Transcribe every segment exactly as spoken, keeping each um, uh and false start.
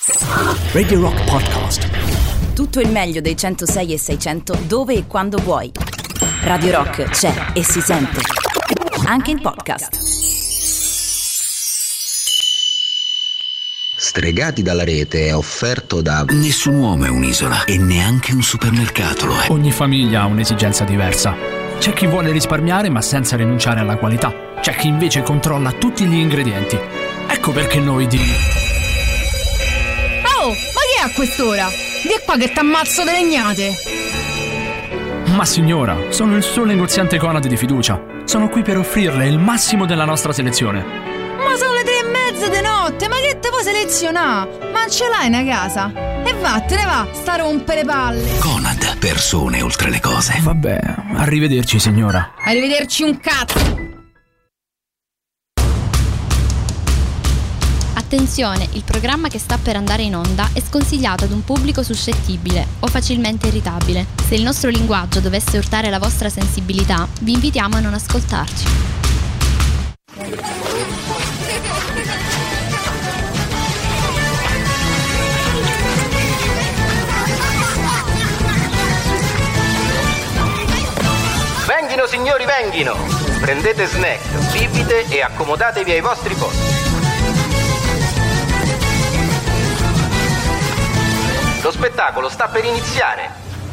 Radio Rock Podcast. Tutto il meglio dei centosei e seicento dove e quando vuoi. Radio Rock c'è e si sente anche in podcast. Stregati dalla rete è offerto da... Nessun uomo è un'isola e neanche un supermercato lo è. Ogni famiglia ha un'esigenza diversa. C'è chi vuole risparmiare ma senza rinunciare alla qualità. C'è chi invece controlla tutti gli ingredienti. Ecco perché noi di... Oh, ma chi è a quest'ora? Vieni qua che t'ammazzo delle legnate. Ma signora, sono il suo negoziante Conad di fiducia. Sono qui per offrirle il massimo della nostra selezione. Ma sono le tre e mezza di notte, ma che te puoi selezionare? Ma ce l'hai una casa? E vattene va, sta a rompere palle. Conad, persone oltre le cose. Vabbè, arrivederci signora. Arrivederci un cazzo. Attenzione, il programma che sta per andare in onda è sconsigliato ad un pubblico suscettibile o facilmente irritabile. Se il nostro linguaggio dovesse urtare la vostra sensibilità, vi invitiamo a non ascoltarci. Venghino signori, venghino! Prendete snack, bibite e accomodatevi ai vostri posti. Lo spettacolo sta per iniziare.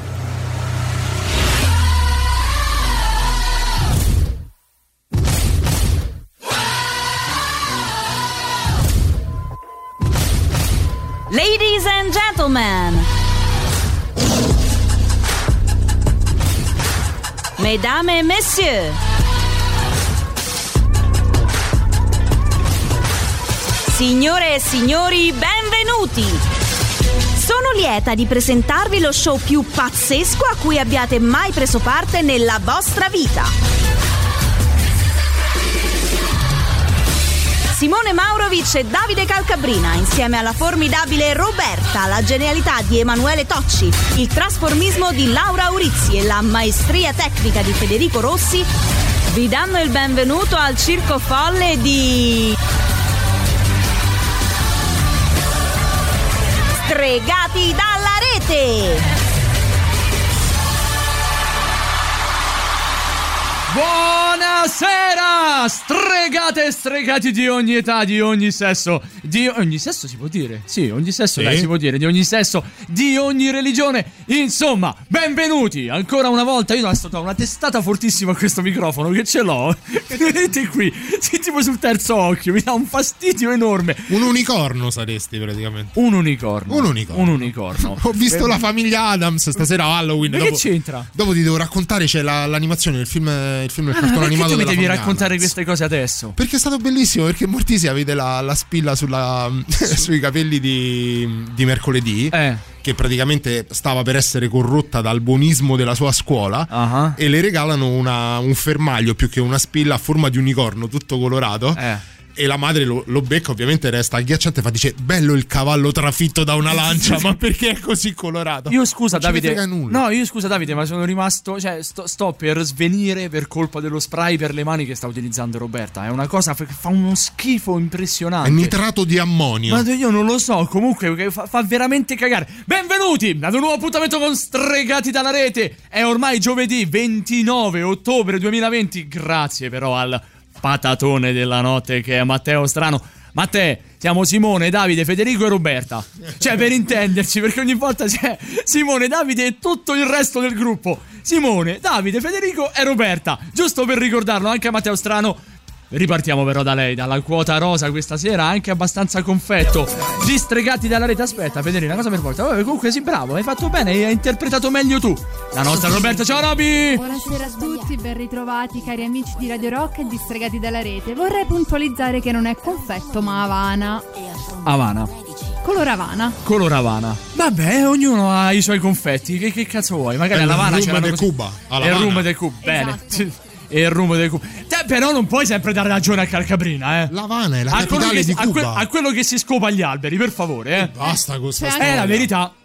Ladies and gentlemen, mesdames et messieurs, signore e signori, benvenuti! Sono lieta di presentarvi lo show più pazzesco a cui abbiate mai preso parte nella vostra vita. Simone Maurovic e Davide Calcabrina, insieme alla formidabile Roberta, la genialità di Emanuele Tocci, il trasformismo di Laura Aurizzi e la maestria tecnica di Federico Rossi, vi danno il benvenuto al circo folle di... Stregati dalla rete! Buonasera! Stregate e stregati di ogni età, di ogni sesso. Di ogni sesso si può dire? Sì, ogni sesso sì. Dai, si può dire, di ogni sesso, di ogni religione. Insomma, benvenuti ancora una volta. Io sto dando una testata fortissima a questo microfono che ce l'ho. Vedete qui, sì, tipo sul terzo occhio, mi dà un fastidio enorme. Un unicorno saresti praticamente. Un unicorno. Un unicorno. Un unicorno. Ho visto per... la famiglia Adams stasera a Halloween. Ma dopo, che c'entra? Dopo ti devo raccontare, c'è la, l'animazione del film, il film del ah, cartone animato della famiglia. Perché mi devi raccontare Adams. queste cose adesso? Perché è stato bellissimo, perché Mortisia vede la, la spilla sulla, sui capelli di, di mercoledì. Eh. Che praticamente stava per essere corrotta dal buonismo della sua scuola, uh-huh. E le regalano una, un fermaglio più che una spilla a forma di unicorno tutto colorato. Eh. E la madre lo, lo becca, ovviamente resta agghiacciante, fa dice bello il cavallo trafitto da una lancia, ma perché è così colorato? Io scusa non Davide, no io scusa Davide, ma sono rimasto, cioè sto, sto per svenire per colpa dello spray per le mani che sta utilizzando Roberta. È una cosa che fa uno schifo impressionante. È nitrato di ammonio. Ma io non lo so, comunque fa, fa veramente cagare. Benvenuti ad un nuovo appuntamento con Stregati dalla rete. È ormai giovedì ventinove ottobre duemilaventi. Grazie però al patatone della notte che è Matteo Strano. Matteo, siamo Simone, Davide, Federico e Roberta. Cioè, per intenderci, perché ogni volta c'è Simone, Davide e tutto il resto del gruppo. Simone, Davide, Federico e Roberta. Giusto per ricordarlo anche a Matteo Strano. Ripartiamo però da lei, dalla quota rosa questa sera, anche abbastanza confetto. Di Stregati dalla rete. Aspetta, Federico, una cosa per volta. Vabbè, comunque sì, bravo, hai fatto bene, hai interpretato meglio tu. La nostra Roberta, ciao Roby! Buonasera a tutti, ben ritrovati cari amici di Radio Rock e di Stregati dalla rete. Vorrei puntualizzare che non è confetto ma Havana. Havana. Color Havana. Color Havana. Vabbè, ognuno ha i suoi confetti, che, che cazzo vuoi? Magari l'Havana c'è il rum del Cuba. È il rum del Cuba, bene. Esatto. E il rum del Cuba. Te, però non puoi sempre dare ragione a Calcabrina, eh. L'Havana è la a capitale che, di a, Cuba. que, a quello che si scopa agli alberi, per favore, eh. Basta con questa C'è storia. È la verità.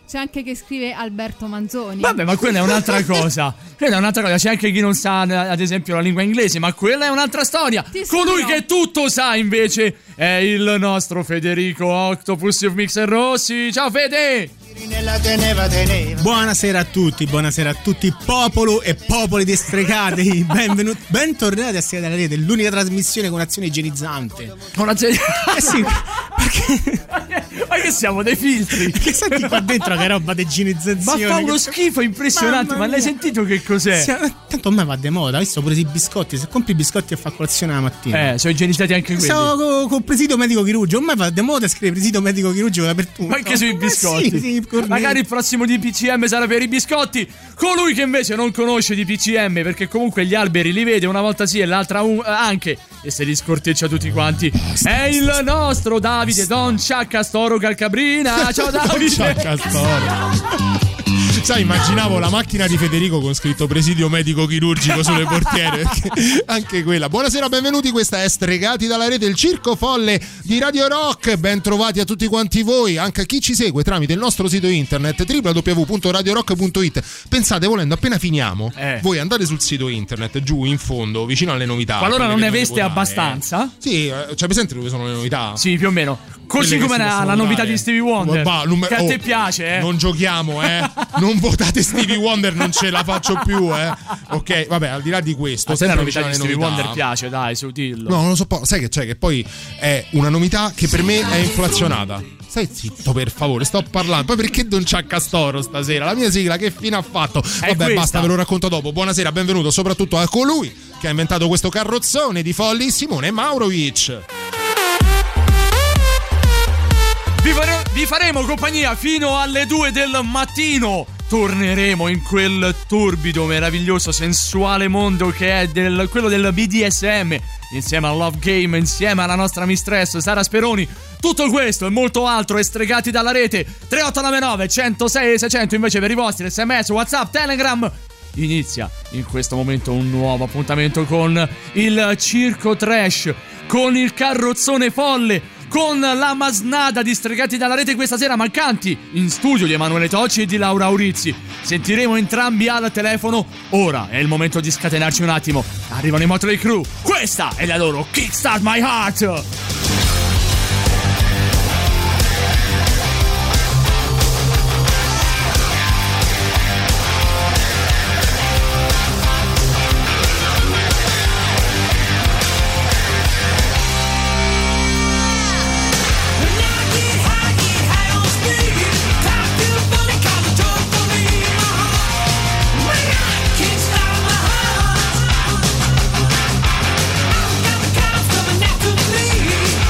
c'è anche chi scrive Alberto Manzoni. Vabbè, ma quella è un'altra cosa. Quella è un'altra cosa. C'è anche chi non sa, ad esempio, la lingua inglese, ma quella è un'altra storia. Colui che tutto sa, invece, è il nostro Federico Octopus of Mixer Rossi. Ciao Fede! Buonasera a tutti, buonasera a tutti, popolo e popoli di stregati. Benvenuti, bentornati a Stregati dalla Rete, l'unica trasmissione con azione igienizzante. Con azione Eh sì, perché ma che siamo dei filtri? Che senti qua dentro che roba di igienizzazione. Ma fa uno che... schifo impressionante. Mamma ma l'hai mia. sentito che cos'è? Sì, tanto a me va de moda. Visto presi i biscotti. Se compri i biscotti a fa colazione la mattina. Eh, sono igienizzati anche quelli. Stavo con co presidio medico chirurgico. A me va de moda scrivere presidio medico chirurgico dappertutto. Ma anche sui biscotti. Eh sì, sì, magari il prossimo di P C M sarà per i biscotti. Colui che invece non conosce di P C M, perché comunque gli alberi li vede una volta sì e l'altra un- anche, e se li scorteccia tutti quanti, è il nostro Davide Don Ciaccastoro Calcabrina. Ciao Davide. Ciaccastoro. Sai, immaginavo la macchina di Federico con scritto presidio medico chirurgico sulle portiere, perché anche quella. Buonasera, benvenuti, questa è Stregati dalla Rete, il circo folle di Radio Rock. Ben trovati a tutti quanti voi, anche a chi ci segue tramite il nostro sito internet w w w punto radio rock punto it. Pensate, volendo, appena finiamo, eh. voi andate sul sito internet, giù in fondo, vicino alle novità. Qualora non ne aveste abbastanza. Sì, c'è presente dove sono le novità? Sì, più o meno. Così come la, la novità di Stevie Wonder, bah, numer- che a te oh, piace, eh? Non giochiamo, eh? Non votate Stevie Wonder, non ce la faccio più, eh? Ok, vabbè, al di là di questo, a te la novità di Stevie Wonder piace, dai, su dillo. No, non lo so, sai che c'è, che poi è una novità che per me è inflazionata. Stai zitto, per favore, sto parlando. Poi perché Don Ciaccastoro stasera? La mia sigla che fine ha fatto? È vabbè, questa. Basta, ve lo racconto dopo. Buonasera, benvenuto soprattutto a colui che ha inventato questo carrozzone di folli, Simone Maurovic. Vi, fare- vi faremo compagnia fino alle due del mattino. Torneremo in quel torbido, meraviglioso, sensuale mondo che è del, quello del B D S M, insieme al Love Game, insieme alla nostra mistress Sara Speroni. Tutto questo e molto altro è Stregati dalla Rete. Tre otto nove nove, centosei, seicento invece per i vostri sms, WhatsApp, Telegram. Inizia in questo momento un nuovo appuntamento con il circo trash, con il carrozzone folle, con la masnada di Stregati dalla Rete questa sera, mancanti in studio di Emanuele Tocci e di Laura Aurizzi. Sentiremo entrambi al telefono. Ora è il momento di scatenarci un attimo. Arrivano i Motley Crue. Questa è la loro Kickstart My Heart. Coming after me.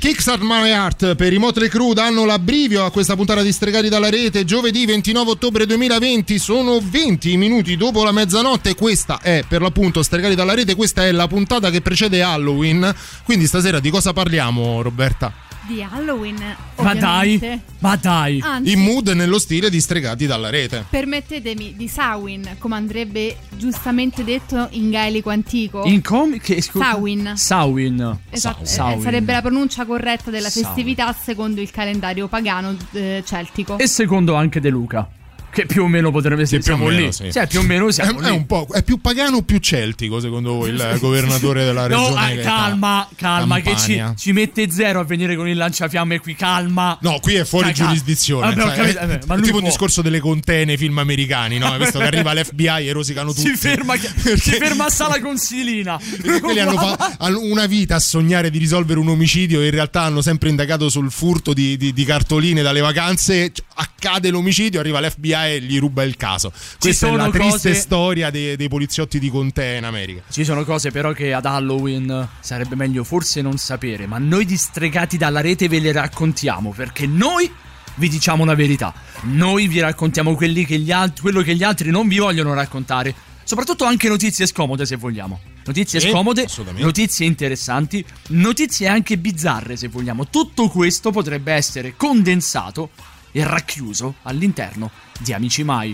Kickstart My Heart per i Motley Crue danno l'abbrivio a questa puntata di Stregati dalla Rete. Giovedì ventinove ottobre duemilaventi, sono venti minuti dopo la mezzanotte. Questa è per l'appunto Stregati dalla Rete, questa è la puntata che precede Halloween. Quindi stasera di cosa parliamo, Roberta? Di Halloween, ma ovviamente. dai, ma dai. Anzi, in mood e nello stile di Stregati dalla Rete. Permettetemi, di Samhain, come andrebbe giustamente detto in gaelico antico. In com- che, scu- Samhain. Samhain. Esatto, Samhain. eh, sarebbe la pronuncia corretta della Samhain. festività secondo il calendario pagano eh, celtico. E secondo anche De Luca, che più o meno potrebbe essere, più o siamo meno, lì. sì. Cioè, più o meno siamo È, lì. è un po', è più pagano o più celtico secondo voi il governatore della regione? No, eh, calma, calma, che ci, Campania. ci mette zero a venire con il lanciafiamme qui, calma. No, qui è fuori Cioè, giurisdizione. vabbè, ho sai, capito, è, vabbè, ma è lui tipo può. un discorso delle contee nei film americani, no? Hai visto che arriva l'F B I e rosicano tutti. Si ferma, Perché- si ferma a Sala Consilina. Perché quelli hanno, fa- hanno una vita a sognare di risolvere un omicidio e in realtà hanno sempre indagato sul furto di, di- di cartoline dalle vacanze. Accade l'omicidio, arriva l'F B I e gli ruba il caso. Questa è la sono triste cose- storia dei, dei poliziotti di contee in America. Ci sono cose però che ad Halloween sarebbe meglio forse non sapere, ma noi di Stregati dalla Rete ve le raccontiamo, perché noi vi diciamo la verità. Noi vi raccontiamo quelli che gli alt- quello che gli altri non vi vogliono raccontare. Soprattutto anche notizie scomode, se vogliamo. Notizie Sì, scomode, assolutamente. notizie interessanti, notizie anche bizzarre, se vogliamo. Tutto questo potrebbe essere condensato e racchiuso all'interno di Amici Mai.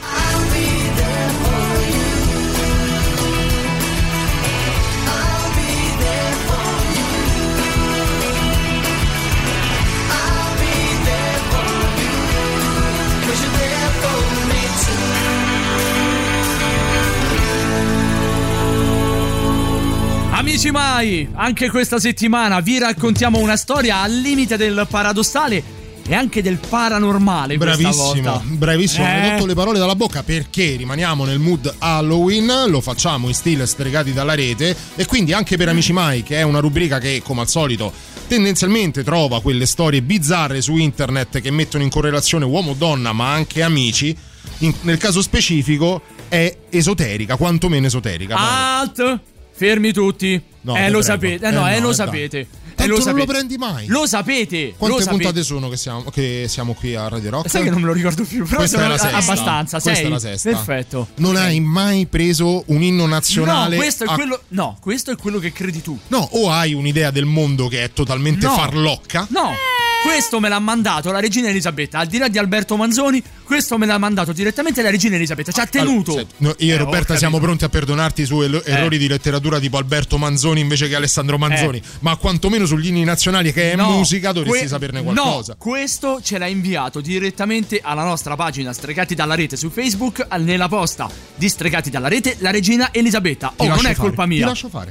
Amici Mai, anche questa settimana vi raccontiamo una storia al limite del paradossale e anche del paranormale. Bravissimo, questa volta. bravissimo, Eh. hai tolto le parole dalla bocca, perché rimaniamo nel mood Halloween, lo facciamo in stile Stregati dalla Rete e quindi anche per Amici Mai, che è una rubrica che come al solito tendenzialmente trova quelle storie bizzarre su internet che mettono in correlazione uomo o donna ma anche amici. In- nel caso specifico è esoterica, quantomeno esoterica. Alt! Fermi tutti. No, eh, te lo prego. sapete. Eh, Eh, no, no, eh, lo eh, sapete. Eh, Tanto lo non sapete. lo prendi mai. Lo sapete. Quante lo sapete. puntate sono che siamo, che siamo qui a Radio Rock? Sai che non me lo ricordo più. Però Questa sono è la sesta. abbastanza. Questa sei? è la sesta. Perfetto. Non hai mai preso un inno nazionale? No, questo è a- quello. No, questo è quello che credi tu. No, o hai un'idea del mondo che è totalmente No. farlocca? No. Questo me l'ha mandato la regina Elisabetta. Al di là di Alberto Manzoni, questo me l'ha mandato direttamente la regina Elisabetta. Ci ha tenuto. Allora, se- no, io e Eh, ho Roberta capito. siamo pronti a perdonarti su el- errori Eh. di letteratura tipo Alberto Manzoni invece che Alessandro Manzoni, Eh. ma quantomeno sugli inni nazionali che è No, musica dovresti que- saperne qualcosa. No, questo ce l'ha inviato direttamente alla nostra pagina Stregati dalla Rete su Facebook, al- nella posta di Stregati dalla Rete, la regina Elisabetta. Ti Oh, non lascio è fare, colpa Ti mia. lascio fare.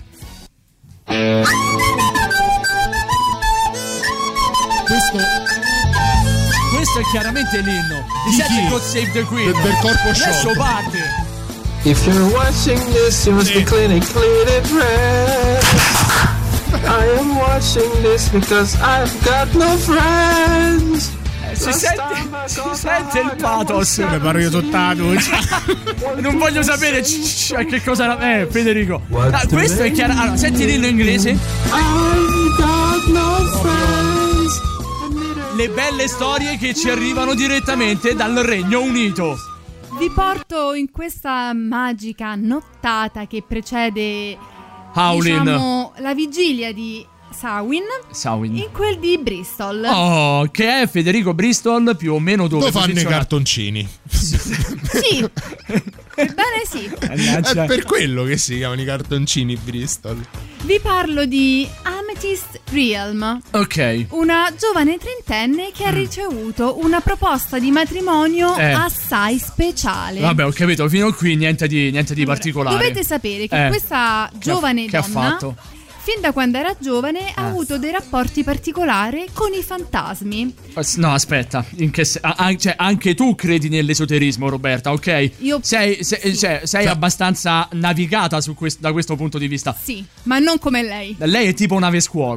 Questo Questo è chiaramente l'inno. Ti Di senti chi? God Save the Queen? Del- del corpo Adesso sciolto. parte. If you're watching this, you must be clinically depressed. I am watching this because I've got no friends. Si sente, si sente il pathos. Mi paro io sottato. Non voglio sapere c- c- a che cosa era. Eh, Federico. What's Ah, the questo è name? chiaro. Allora, senti l'inno inglese. I've got no friends. Le belle storie che ci arrivano direttamente dal Regno Unito. Vi porto in questa magica nottata che precede, Howlin. diciamo, la vigilia di Samhain, Samhain. in quel di Bristol. Oh, che è Federico Bristol più o meno dove dove fanno i posizionato? cartoncini? Sì, ebbene sì. Mannaggia. È per quello che si chiamano i cartoncini Bristol. Vi parlo di Amethyst Realm, Ok. una giovane trentenne che ha ricevuto una proposta di matrimonio Mm. Eh. assai speciale. Vabbè, ho capito, fino a qui niente di, niente di particolare. Dovete sapere che Eh. questa Che ha- giovane che ha donna, fatto? fin da quando era giovane, ha Ah. avuto dei rapporti particolari con i fantasmi. No, aspetta, in che se- ah, ah, cioè, anche tu credi nell'esoterismo, Roberta, ok? Io- sei, se- sì. cioè, sei abbastanza navigata su quest- da questo punto di vista. Sì, ma non come lei. Lei è tipo nave scuola.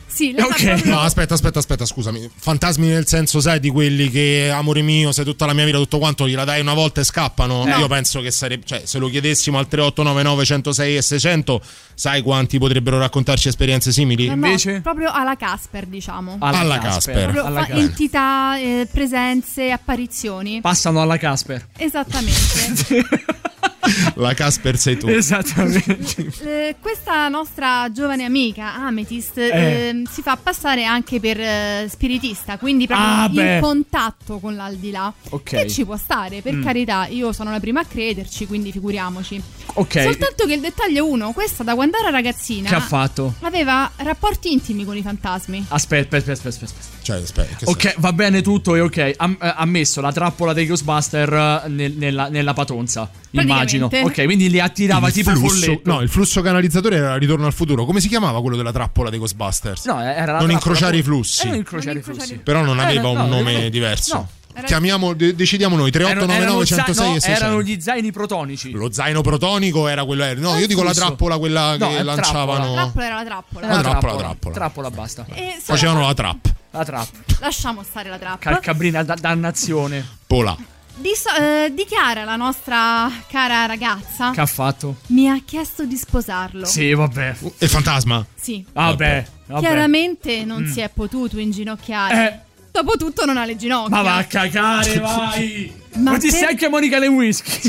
Sì, le Ok. fa proprio... No, aspetta, aspetta, aspetta, scusami. Fantasmi nel senso, sai, di quelli che amore mio, sei tutta la mia vita, tutto quanto, gliela dai una volta e scappano? No. Io penso che sarebbe, cioè, se lo chiedessimo al tre otto nove nove uno zero sei e seicento, sai quanti potrebbero raccontarci esperienze simili? No, no, Invece? proprio alla Casper, diciamo. Alla, alla Casper. Casper. Proprio Alla fa Casper. entità, eh, presenze, apparizioni. Passano alla Casper. Esattamente. La Casper sei tu. Esattamente. Eh, questa nostra giovane amica Amethyst Eh. eh, si fa passare anche per eh, spiritista, quindi proprio Ah, in beh. contatto con l'aldilà. Ok. Che ci può stare, per Mm. carità, io sono la prima a crederci, quindi figuriamoci. Ok. Soltanto che il dettaglio è uno, questa da quando era ragazzina Che ha fatto? aveva rapporti intimi con i fantasmi. Aspetta, aspetta, aspetta, aspetta. aspetta. Cioè, aspetta, che Ok, va bene tutto e ok. Ha ha messo la trappola dei Ghostbuster eh, nel- nella, nella patonza. Immagino. Praticamente. Ok, quindi li attirava il tipo flusso, folletto. no, il flusso canalizzatore era Ritorno al futuro. Come si chiamava quello della trappola dei Ghostbusters? No, era la non trappola- incrociare i flussi. Eh, non incrociare Non i flussi. incrociare- Però non Eh, aveva no, un no, nome no. diverso. No. Era- Chiamiamo, de- decidiamo noi tre otto nove Erano- nove uno za- zero sei no, e seicento. erano gli zaini protonici. Lo zaino protonico era quello. No, Eh, io dico la flusso. trappola, quella No, che è lanciavano. La trappola era la trappola. La trappola, la trappola. Trappola, basta. E so- Facevano la trap. La trap. lasciamo stare la trappola. Calcabrina, da- dannazione. Pola. Di so- eh, dichiara la nostra cara ragazza. Che ha fatto? Mi ha chiesto di sposarlo. Sì, vabbè. E fantasma? Sì. Vabbè. vabbè. Chiaramente non Mm. si è potuto inginocchiare. Eh. Dopotutto non ha le ginocchia. Ma va a cagare, vai. Ma Ma ti per- sei anche Monica Lewinsky.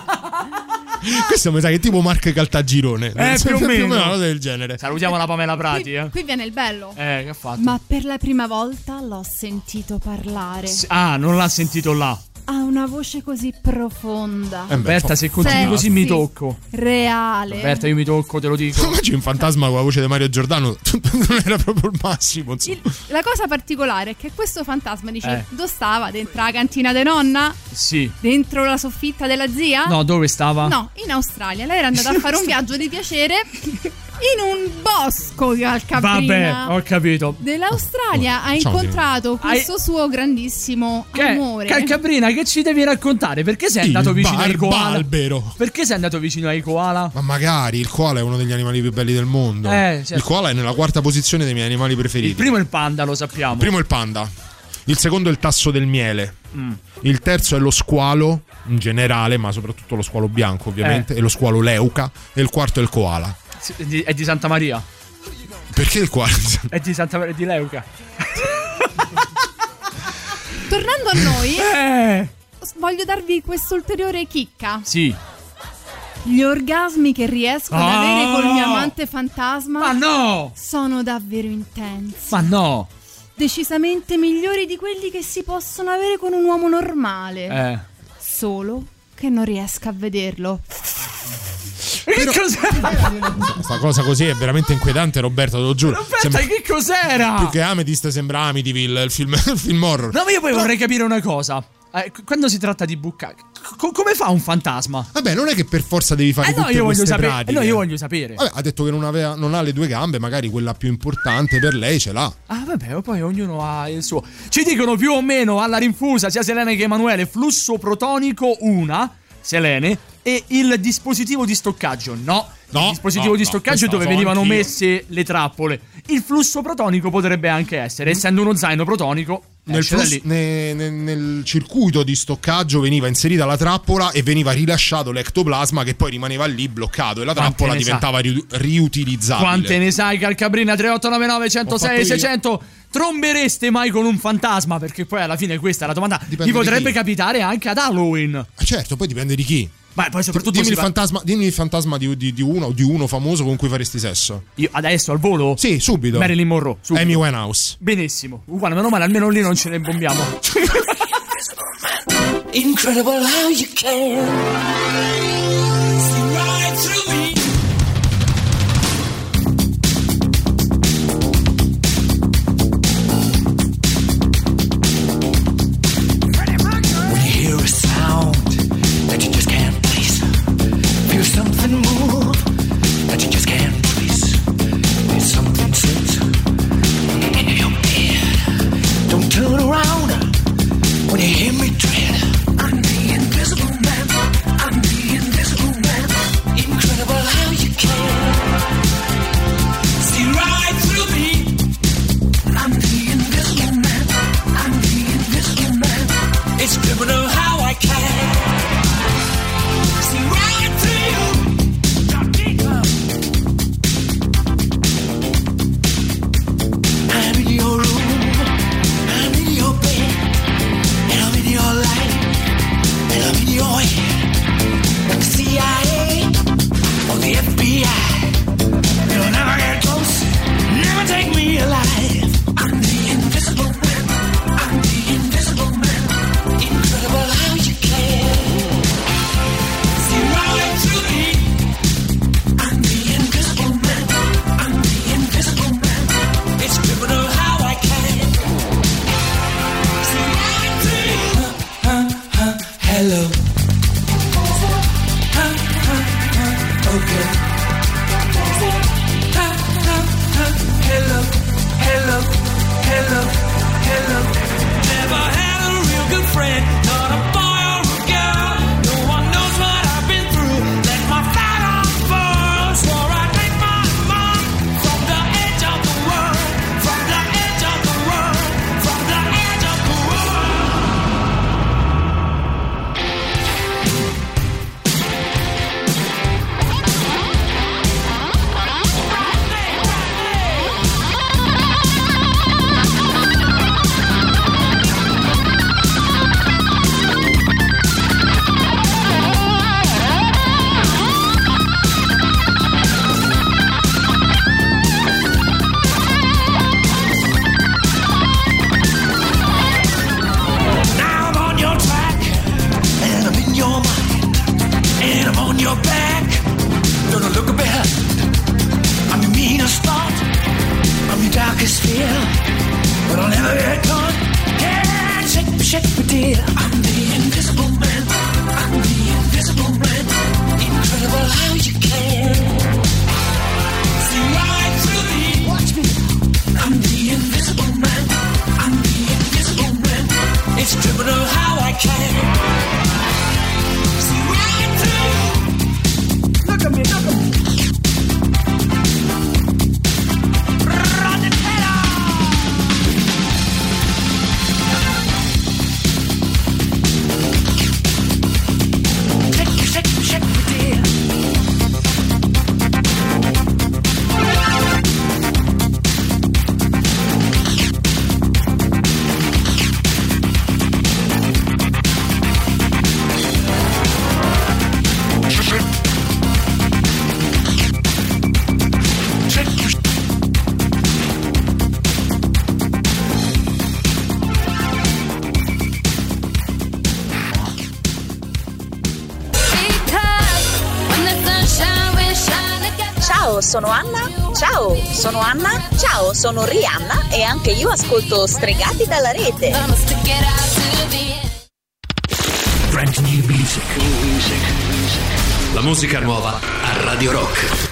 Questo mi sa che è tipo Marco Caltagirone. Eh, più o meno. una cosa del genere. Salutiamo la Pamela Prati, Qui, eh. qui viene il bello. Eh, che ha fatto? Ma per la prima volta l'ho sentito parlare. S- Ah, non l'ha sentito là. Ha una voce così profonda. Eh beh, Berta, fa- se continui Sexy. così mi tocco. Reale. Berta, io mi tocco, te lo dico. Immagini un fantasma con la voce di Mario Giordano. Non era proprio il massimo. insomma. Il- la cosa particolare è che questo fantasma dice: Eh. dove stava? Dentro la cantina di nonna? Sì. Dentro la soffitta della zia? No, dove stava? No, in Australia. Lei era andata a fare un viaggio di piacere in un bosco di Calcabrina. Vabbè, ho capito. Dell'Australia ha Ciao, incontrato questo suo grandissimo Che, amore. Calcabrina, che ci devi raccontare? Perché sei Il andato vicino ai koala? barbalbero. Perché sei andato vicino ai koala? Ma magari il koala è uno degli animali più belli del mondo. Eh, certo. Il koala è nella quarta posizione dei miei animali preferiti. Il primo è il panda, lo sappiamo. Il primo è il panda. Il secondo è il tasso del miele. Mm. Il terzo è lo squalo in generale, ma soprattutto lo squalo bianco, ovviamente. Eh. E lo squalo leuca. E il quarto è il koala. Sì, È di, è di Santa Maria. Perché il koala? È di Santa Maria, è di Leuca. Tornando a noi, Eh. voglio darvi quest'ulteriore chicca. Sì. Gli orgasmi che riesco ad Oh! avere col mio amante fantasma Ma no! sono davvero intensi. Ma no! Decisamente migliori di quelli che si possono avere con un uomo normale. Eh. Solo che non riesco a vederlo. Che cos'era? Questa cosa così è veramente inquietante, Roberto, te lo giuro. Roberta, Sembra- che cos'era? Più che Amethyst sembra Amityville, il film, il film horror. No, ma io poi vorrei capire una cosa. Eh, qu- quando si tratta di bucare, co- come fa un fantasma? Vabbè, non è che per forza devi fare Eh no, tutte io voglio queste sapere. pratiche. Eh no, io voglio sapere. Vabbè, ha detto che non, aveva, non ha le due gambe, magari quella più importante per lei ce l'ha. Ah, vabbè, poi ognuno ha il suo. Ci dicono più o meno alla rinfusa, sia Selene che Emanuele, flusso protonico una, Selene, e il dispositivo di stoccaggio. No, No, il dispositivo no, di no, stoccaggio questo dove lo so venivano anch'io. messe le trappole. Il flusso protonico potrebbe anche essere, essendo uno zaino protonico. Nel, esce da flus- lì. ne- ne- nel circuito di stoccaggio veniva inserita la trappola e veniva rilasciato l'ectoplasma che poi rimaneva lì bloccato e la Quante trappola ne diventava ri- riutilizzabile. Quante ne sai, Calcabrina? Tre otto nove nove uno zero sei Ho fatto io. seicento. Trombereste mai con un fantasma? Perché poi alla fine questa è la domanda. Dipende Vi di potrebbe chi. capitare anche ad Halloween. Ah, certo, poi dipende di chi. Ma poi soprattutto dimmi si il, va- fantasma, dimmi il fantasma di, di- di uno o di uno famoso con cui faresti sesso. Io adesso al volo? Sì, subito. Marilyn Monroe. subito. Amy Winehouse. Benissimo. Guarda, meno male, almeno lì non ce ne bombiamo. Incredible how you can see right through me. When you hear a sound that you just can't place, feel something move that you just can't trace. There's something sits in your head. Don't turn around when you hear me tread. I'm the invisible man. I'm the invisible sphere, but I'll never get caught. Yeah, shake me, shake me, dear. I'm the invisible man. I'm the invisible man. Incredible how you can see right through me. Watch me. I'm the invisible man. I'm the invisible man. It's criminal how I can see right through. Look at me, look at me. Ciao, sono Anna. Ciao, sono Anna. Ciao, sono Rihanna e anche io ascolto Stregati dalla rete. Brand new music. La musica nuova a Radio Rock.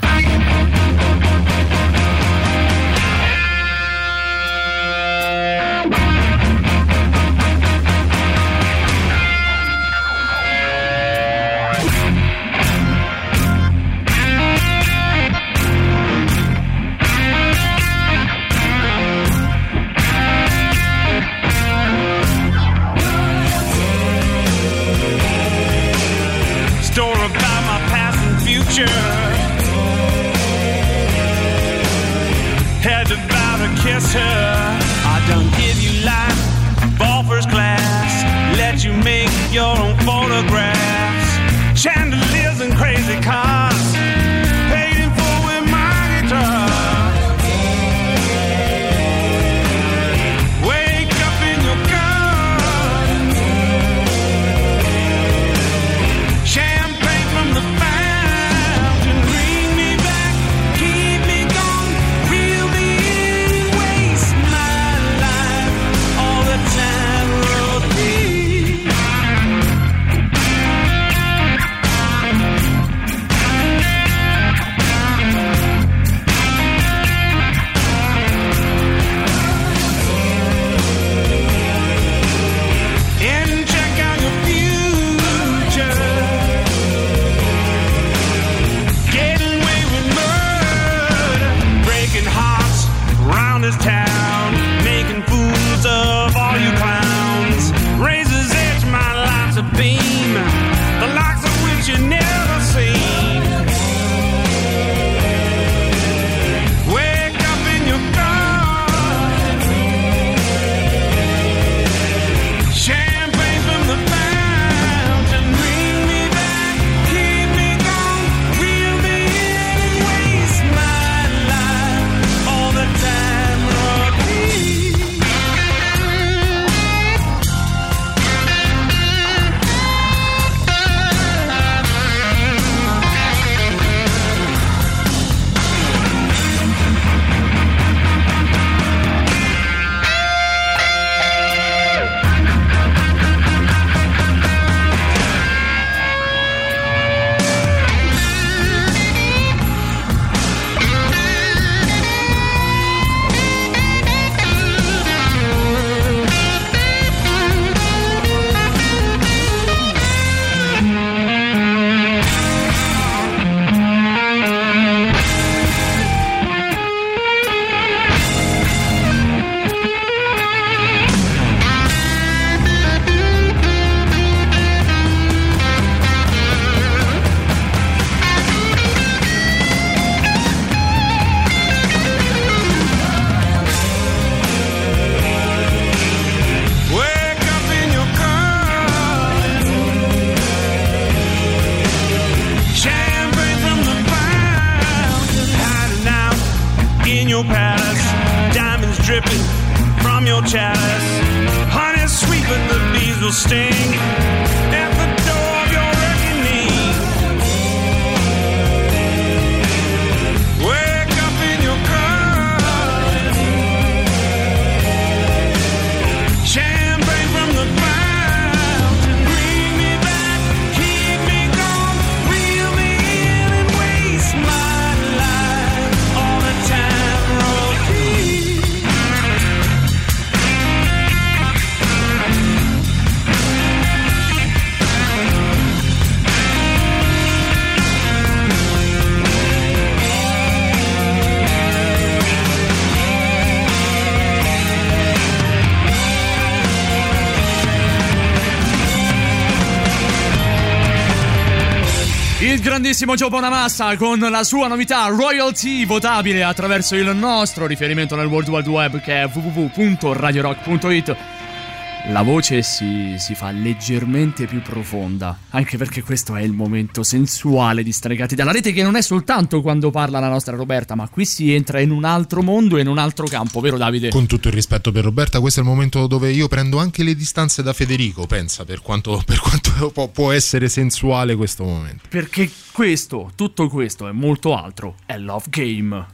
Had to bow to kiss her. I done give you life, ball first class. Let you make your own photographs. Chandeliers and crazy cars. Paid in full with my guitar. Wake up in your garden. Champagne from the fountain. Bring me back, keep me gone. Reel me in, waste my life. All the time road me. And check out your future. Getting away with murder. Breaking hearts around this town. Making fools of all you clowns. Razor's edge, my life's a beam. The likes of which you never seen. Wake up in your garden. Champagne from the fountain. Bring me back, keep me gone. Reel me in, waste my life. All the time, Lord, please. Wake up in your garden. Champagne from the fountain. Hiding out in your palace. Diamonds dripping from your chalice. Honey sweet, but the bees will sting at the door of your reckoning. Wake up in your garden. grandissimo Joe Bonamassa con la sua novità Royalty, votabile attraverso il nostro riferimento nel World Wide Web, che è w w w punto radio rock punto it. La voce si, si fa leggermente più profonda, anche perché questo è il momento sensuale di Stregati dalla Rete, che non è soltanto quando parla la nostra Roberta, ma qui si entra in un altro mondo e in un altro campo, vero Davide? Con tutto il rispetto per Roberta, questo è il momento dove io prendo anche le distanze da Federico, pensa, per quanto, per quanto può, può essere sensuale questo momento. Perché questo, tutto questo e molto altro è Love Game.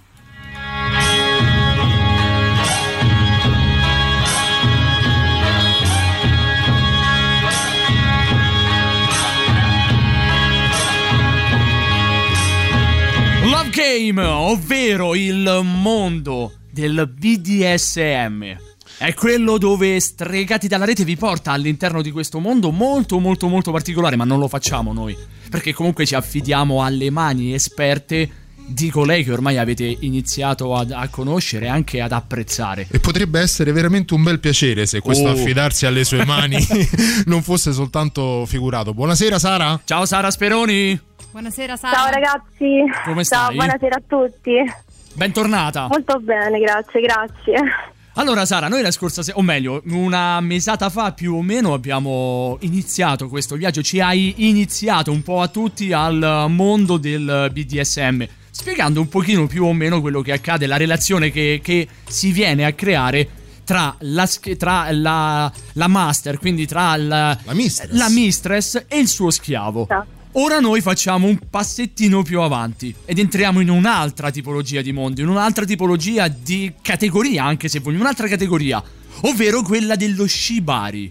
Love Game, ovvero il mondo del B D S M. È quello dove Stregati dalla Rete vi porta all'interno di questo mondo molto molto molto particolare, ma non lo facciamo noi, perché comunque ci affidiamo alle mani esperte di colei che ormai avete iniziato ad, a conoscere e anche ad apprezzare. E potrebbe essere veramente un bel piacere se questo Oh. affidarsi alle sue mani non fosse soltanto figurato. Buonasera Sara. Ciao Sara Speroni. Buonasera Sara. Ciao ragazzi. Come Ciao, stai? buonasera a tutti. Bentornata. Molto bene, grazie, grazie. Allora Sara, noi la scorsa se- o meglio, una mesata fa più o meno abbiamo iniziato questo viaggio, ci hai iniziato un po' a tutti al mondo del B D S M, spiegando un pochino più o meno quello che accade, la relazione che, che si viene a creare tra la, sch- tra la, la master, quindi tra la, la, mistress. la mistress e il suo schiavo. Ora noi facciamo un passettino più avanti ed entriamo in un'altra tipologia di mondo, in un'altra tipologia di categoria, anche se vogliamo, un'altra categoria, ovvero quella dello shibari.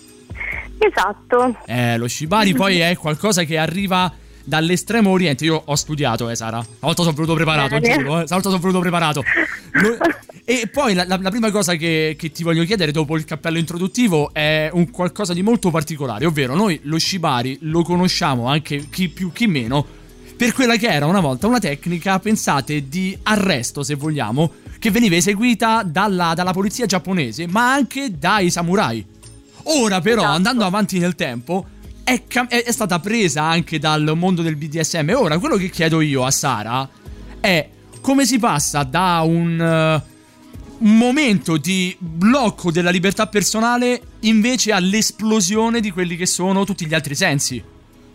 Esatto. Eh, lo shibari poi è qualcosa che arriva dall'estremo oriente. Io ho studiato, eh Sara. Stavolta sono venuto preparato, Bene. giuro, eh. Stavolta sono venuto preparato. Lo- E poi la, la- la prima cosa che, che ti voglio chiedere dopo il cappello introduttivo è un qualcosa di molto particolare, ovvero noi lo shibari lo conosciamo, anche chi più chi meno, per quella che era una volta una tecnica, pensate, di arresto, se vogliamo, che veniva eseguita dalla, dalla polizia giapponese, ma anche dai samurai. Ora però, andando avanti nel tempo, è, cam- è, è stata presa anche dal mondo del B D S M. Ora, quello che chiedo io a Sara è come si passa da un... eh, un momento di blocco della libertà personale invece all'esplosione di quelli che sono tutti gli altri sensi.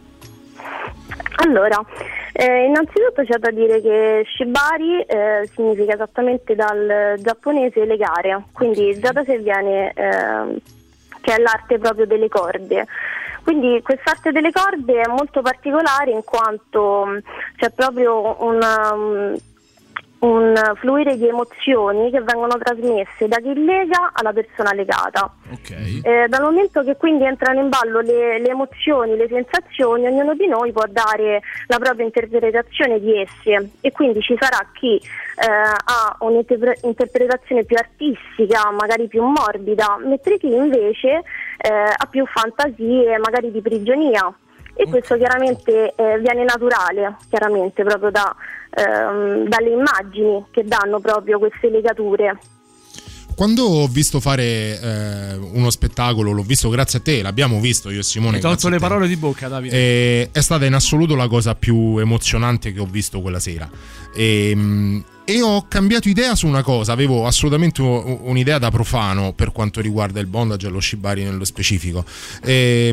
Allora, eh, innanzitutto c'è da dire che shibari eh, significa esattamente dal giapponese legare, quindi già da sé viene eh, che è l'arte proprio delle corde. Quindi quest'arte delle corde è molto particolare in quanto mh, c'è proprio una... mh, un fluire di emozioni che vengono trasmesse da chi lega alla persona legata. Ok. Eh, dal momento che quindi entrano in ballo le, le emozioni, le sensazioni, ognuno di noi può dare la propria interpretazione di esse, e quindi ci sarà chi eh, ha un'interpretazione più artistica, magari più morbida, mentre chi invece eh, ha più fantasie, magari di prigionia. E questo chiaramente eh, viene naturale, chiaramente proprio da, ehm, dalle immagini che danno proprio queste legature. Quando ho visto fare eh, uno spettacolo, l'ho visto grazie a te, l'abbiamo visto io e Simone. Hai tolto grazie le a te. parole di bocca, Davide. E è stata in assoluto la cosa più emozionante che ho visto quella sera. E, e ho cambiato idea su una cosa. Avevo assolutamente u- un'idea da profano per quanto riguarda il bondage e lo shibari nello specifico. E,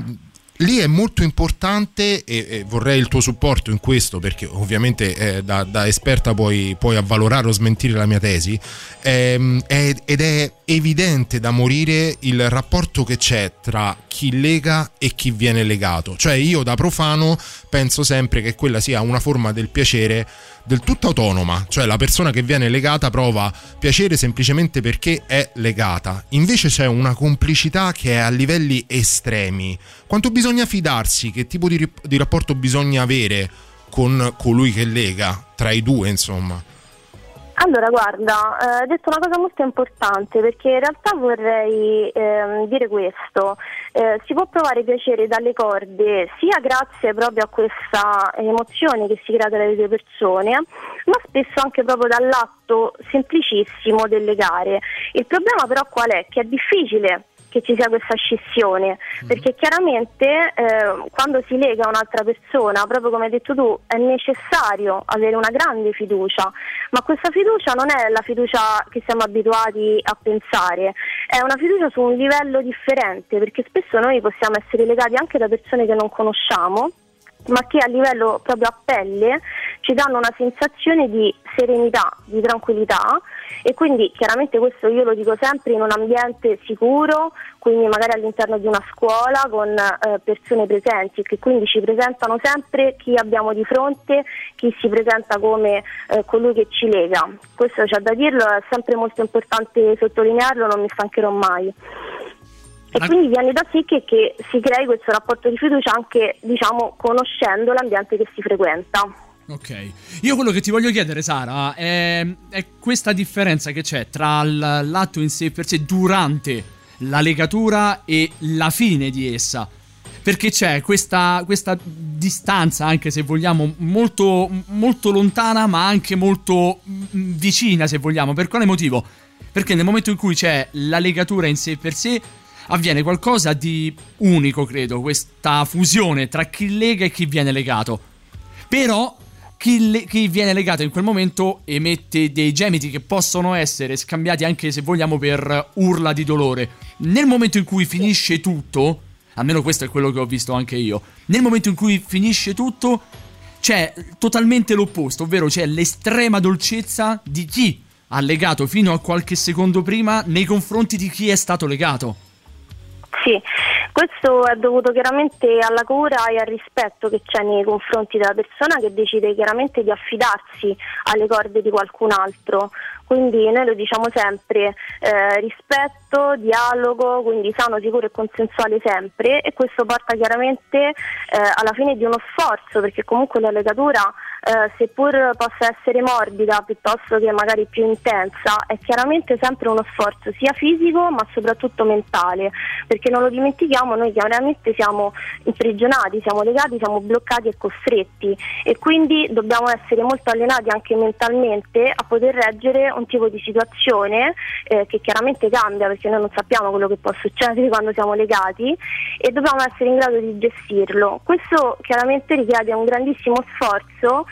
lì è molto importante e, e vorrei il tuo supporto in questo, perché ovviamente eh, da, da esperta puoi, puoi avvalorare o smentire la mia tesi. Ehm, è, ed è evidente da morire il rapporto che c'è tra chi lega e chi viene legato. Cioè io da profano penso sempre che quella sia una forma del piacere del tutto autonoma, cioè la persona che viene legata prova piacere semplicemente perché è legata. Invece c'è una complicità che è a livelli estremi. Quanto bisogna fidarsi? Che tipo di, rip- di rapporto bisogna avere con colui che lega, tra i due insomma? Allora, guarda, eh, hai detto una cosa molto importante, perché in realtà vorrei ehm, dire questo. Eh, si può provare piacere dalle corde sia grazie proprio a questa emozione che si crea tra le due persone, ma spesso anche proprio dall'atto semplicissimo del legare. Il problema però qual è? Che è difficile che ci sia questa scissione, perché chiaramente eh, quando si lega a un'altra persona, proprio come hai detto tu, è necessario avere una grande fiducia, ma questa fiducia non è la fiducia che siamo abituati a pensare, è una fiducia su un livello differente, perché spesso noi possiamo essere legati anche da persone che non conosciamo, ma che a livello proprio a pelle ci danno una sensazione di serenità, di tranquillità, e quindi chiaramente questo io lo dico sempre in un ambiente sicuro, quindi magari all'interno di una scuola con eh, persone presenti, che quindi ci presentano sempre chi abbiamo di fronte, chi si presenta come eh, colui che ci lega. Questo c'è da dirlo, è sempre molto importante sottolinearlo, non mi stancherò mai. E quindi viene da sì che, che si crei questo rapporto di fiducia anche, diciamo, conoscendo l'ambiente che si frequenta. Ok, io quello che ti voglio chiedere, Sara, è, è questa differenza che c'è tra l'atto in sé per sé durante la legatura e la fine di essa, perché c'è questa, questa distanza, anche se vogliamo, molto, molto lontana ma anche molto vicina, se vogliamo. Per quale motivo? Perché nel momento in cui c'è la legatura in sé per sé avviene qualcosa di unico, credo, questa fusione tra chi lega e chi viene legato. Però chi, le- chi viene legato in quel momento emette dei gemiti che possono essere scambiati anche, se vogliamo, per urla di dolore. Nel momento in cui finisce tutto, almeno questo è quello che ho visto anche io, nel momento in cui finisce tutto c'è totalmente l'opposto, ovvero c'è l'estrema dolcezza di chi ha legato fino a qualche secondo prima nei confronti di chi è stato legato. Sì, questo è dovuto chiaramente alla cura e al rispetto che c'è nei confronti della persona che decide chiaramente di affidarsi alle corde di qualcun altro. Quindi noi lo diciamo sempre, eh, rispetto, dialogo, quindi sano, sicuro e consensuale sempre, e questo porta chiaramente eh, alla fine di uno sforzo, perché comunque la legatura, eh, seppur possa essere morbida piuttosto che magari più intensa, è chiaramente sempre uno sforzo sia fisico ma soprattutto mentale, perché non lo dimentichiamo, noi chiaramente siamo imprigionati, siamo legati, siamo bloccati e costretti, e quindi dobbiamo essere molto allenati anche mentalmente a poter reggere un tipo di situazione eh, che chiaramente cambia, perché noi non sappiamo quello che può succedere quando siamo legati, e dobbiamo essere in grado di gestirlo. Questo chiaramente richiede un grandissimo sforzo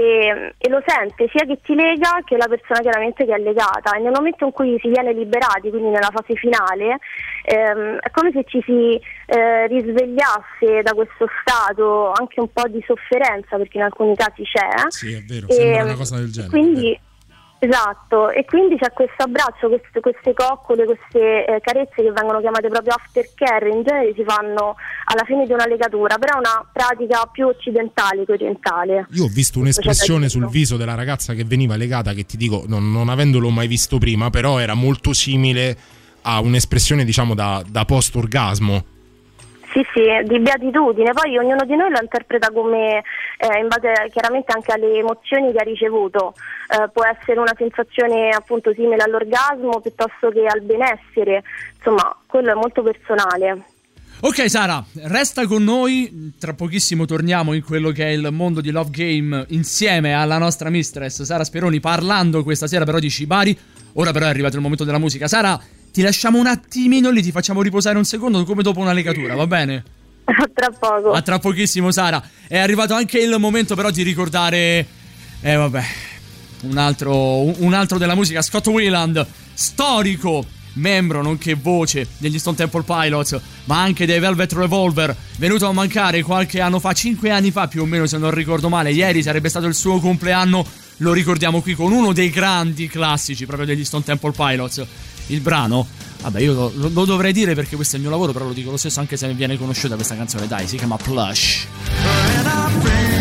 e, e lo sente sia chi ti lega che la persona chiaramente che è legata, e nel momento in cui si viene liberati, quindi nella fase finale, ehm, è come se ci si eh, risvegliasse da questo stato anche un po' di sofferenza, perché in alcuni casi c'è. Sì, è vero, e, sembra una cosa del genere. Quindi esatto, e quindi c'è questo abbraccio, queste, queste coccole, queste eh, carezze che vengono chiamate proprio aftercare, in genere si fanno alla fine di una legatura, però è una pratica più occidentale che orientale. Io ho visto un'espressione sul viso della ragazza che veniva legata, che ti dico, non, non avendolo mai visto prima, però era molto simile a un'espressione, diciamo, da, da post-orgasmo. Sì, sì, di beatitudine, poi ognuno di noi lo interpreta come, eh, in base chiaramente anche alle emozioni che ha ricevuto, eh, può essere una sensazione appunto simile all'orgasmo piuttosto che al benessere, insomma, quello è molto personale. Ok Sara, resta con noi, tra pochissimo torniamo in quello che è il mondo di Love Game insieme alla nostra mistress Sara Speroni, parlando questa sera però di Shibari. Ora però è arrivato il momento della musica. Sara, ti lasciamo un attimino lì, ti facciamo riposare un secondo come dopo una legatura, va bene? A tra poco. A tra pochissimo Sara. È arrivato anche il momento però di ricordare, eh vabbè, un altro, un altro della musica, Scott Weiland, storico membro nonché voce degli Stone Temple Pilots, ma anche dei Velvet Revolver, venuto a mancare qualche anno fa, cinque anni fa più o meno se non ricordo male. Ieri sarebbe stato il suo compleanno, lo ricordiamo qui con uno dei grandi classici proprio degli Stone Temple Pilots. Il brano, vabbè, io lo, lo dovrei dire perché questo è il mio lavoro, però lo dico lo stesso anche se viene conosciuta questa canzone, dai, si chiama Plush. And I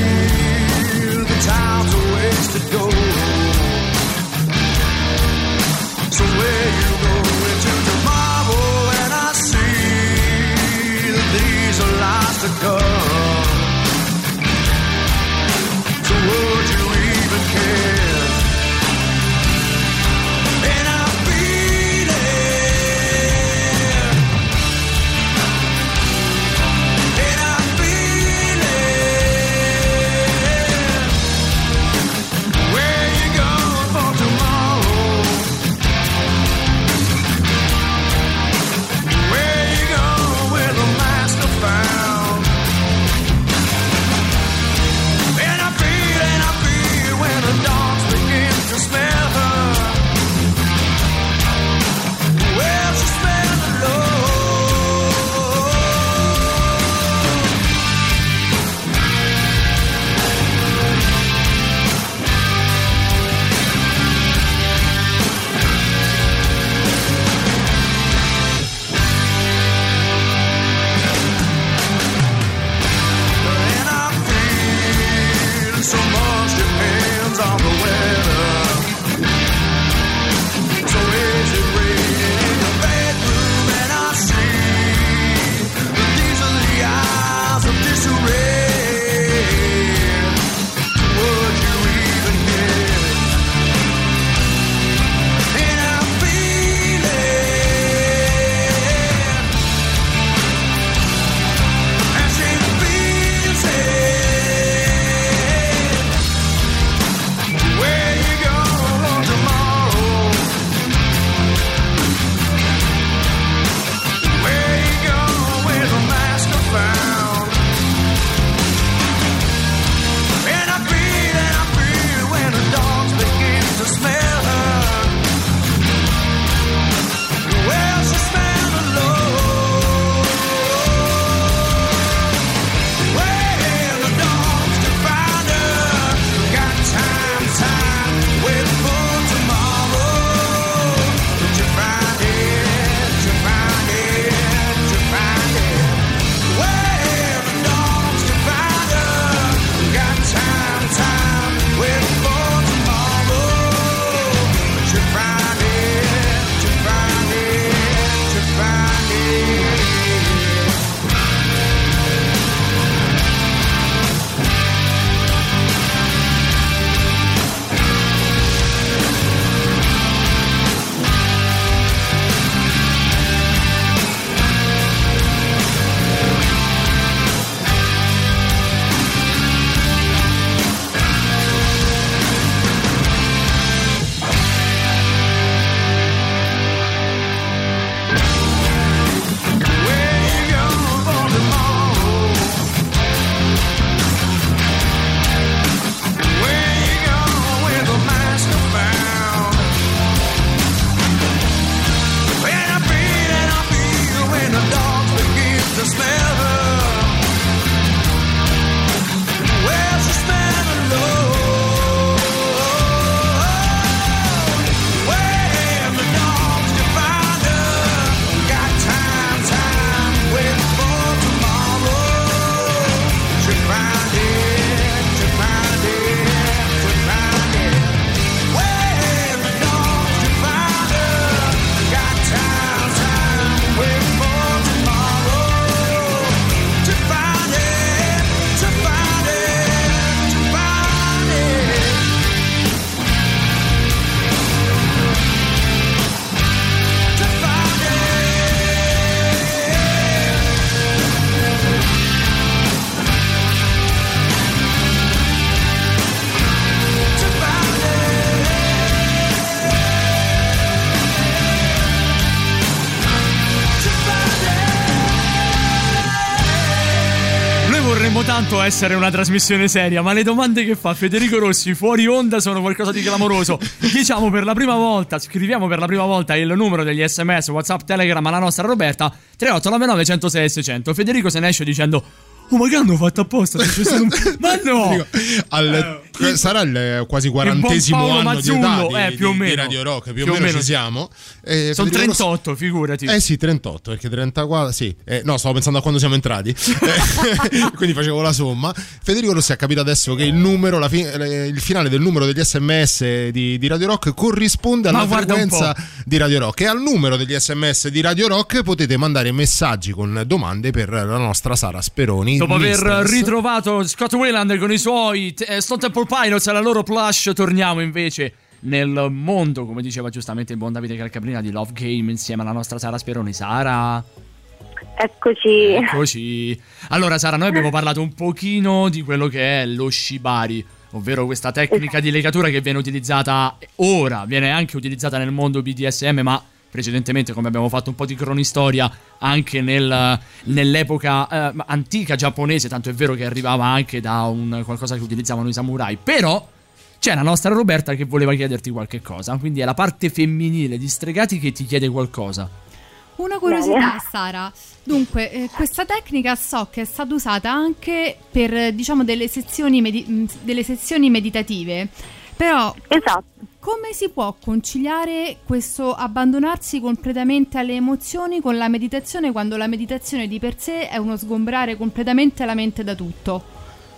feel the time's a ways to go. So where you go into tomorrow, and I see that these are lies to come. So would you even care? And I feel it. And I feel it. tanto essere una trasmissione seria, ma le domande che fa Federico Rossi fuori onda sono qualcosa di clamoroso. Diciamo per la prima volta, scriviamo per la prima volta il numero degli sms, WhatsApp, Telegram alla nostra Roberta tre otto nove nove uno zero sei seicento. Federico se ne esce dicendo: oh, ma che hanno fatto apposta? C'è stato un... Ma no! Al, eh, sarà il quasi quarantesimo anno Mazzullo, di età di, eh, più o di, meno. di Radio Rock, più, Più o meno, o meno ci siamo. Eh, Sono Federico trentotto, Rossi... figurati. Eh sì, trentotto, perché trentaquattro, sì. Eh, no, stavo pensando a quando siamo entrati. Eh, quindi facevo la somma. Federico Rossi ha capito adesso che il numero, la fi... il finale del numero degli sms di, di Radio Rock corrisponde alla frequenza di Radio Rock. E al numero degli sms di Radio Rock potete mandare messaggi con domande per la nostra Sara Speroni. Dopo aver Mistress. ritrovato Scott Weiland con i suoi eh, Stone Temple Pilots e la loro plush, torniamo invece nel mondo, come diceva giustamente il buon Davide Calcabrina, di Love Game insieme alla nostra Sara Speroni. Sara, eccoci. Eccoci. Allora Sara, noi abbiamo parlato un pochino di quello che è lo shibari, ovvero questa tecnica di legatura che viene utilizzata ora, viene anche utilizzata nel mondo B D S M, ma precedentemente, come abbiamo fatto un po' di cronistoria, anche nel, nell'epoca eh, antica giapponese, tanto è vero che arrivava anche da un qualcosa che utilizzavano i samurai. Però c'è la nostra Roberta che voleva chiederti qualche cosa, quindi è la parte femminile di Stregati che ti chiede qualcosa. Una curiosità, Sara. Dunque, eh, questa tecnica so che è stata usata anche per, diciamo, delle sezioni, medi- delle sezioni meditative. Però, esatto. Come si può conciliare questo abbandonarsi completamente alle emozioni con la meditazione, quando la meditazione di per sé è uno sgombrare completamente la mente da tutto?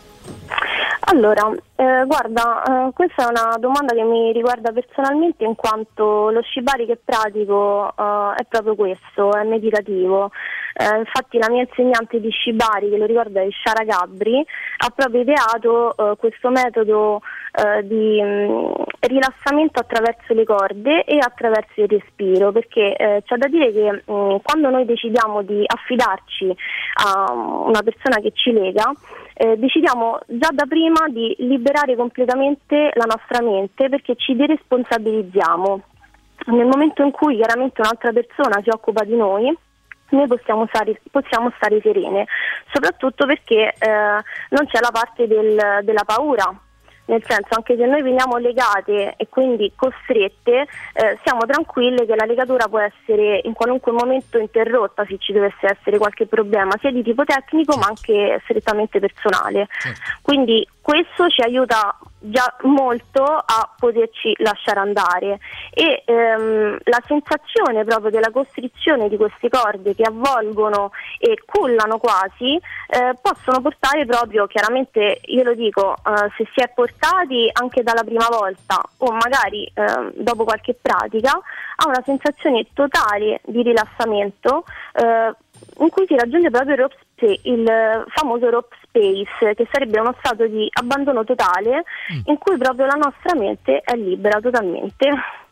Allora, eh, guarda, eh, questa è una domanda che mi riguarda personalmente, in quanto lo shibari che pratico eh, è proprio questo, è meditativo. Eh, infatti la mia insegnante di shibari, che lo ricorda, è Shara Gabri, ha proprio ideato eh, questo metodo eh, di mh, rilassamento attraverso le corde e attraverso il respiro, perché eh, c'è da dire che mh, quando noi decidiamo di affidarci a una persona che ci lega, Eh, decidiamo già da prima di liberare completamente la nostra mente, perché ci deresponsabilizziamo. Nel momento in cui chiaramente un'altra persona si occupa di noi, noi possiamo stare, possiamo stare serene, soprattutto perché eh, non c'è la parte del, della paura. Nel senso, anche se noi veniamo legate e quindi costrette, eh, siamo tranquille che la legatura può essere in qualunque momento interrotta se ci dovesse essere qualche problema, sia di tipo tecnico ma anche strettamente personale. Certo. Quindi questo ci aiuta già molto a poterci lasciare andare, e ehm, la sensazione proprio della costrizione di queste corde che avvolgono e cullano quasi eh, possono portare proprio, chiaramente io lo dico, eh, se si è portati anche dalla prima volta o magari eh, dopo qualche pratica, a una sensazione totale di rilassamento eh, in cui si raggiunge proprio il, rope spa- il famoso rope space, che sarebbe uno stato di abbandono totale in cui proprio la nostra mente è libera totalmente.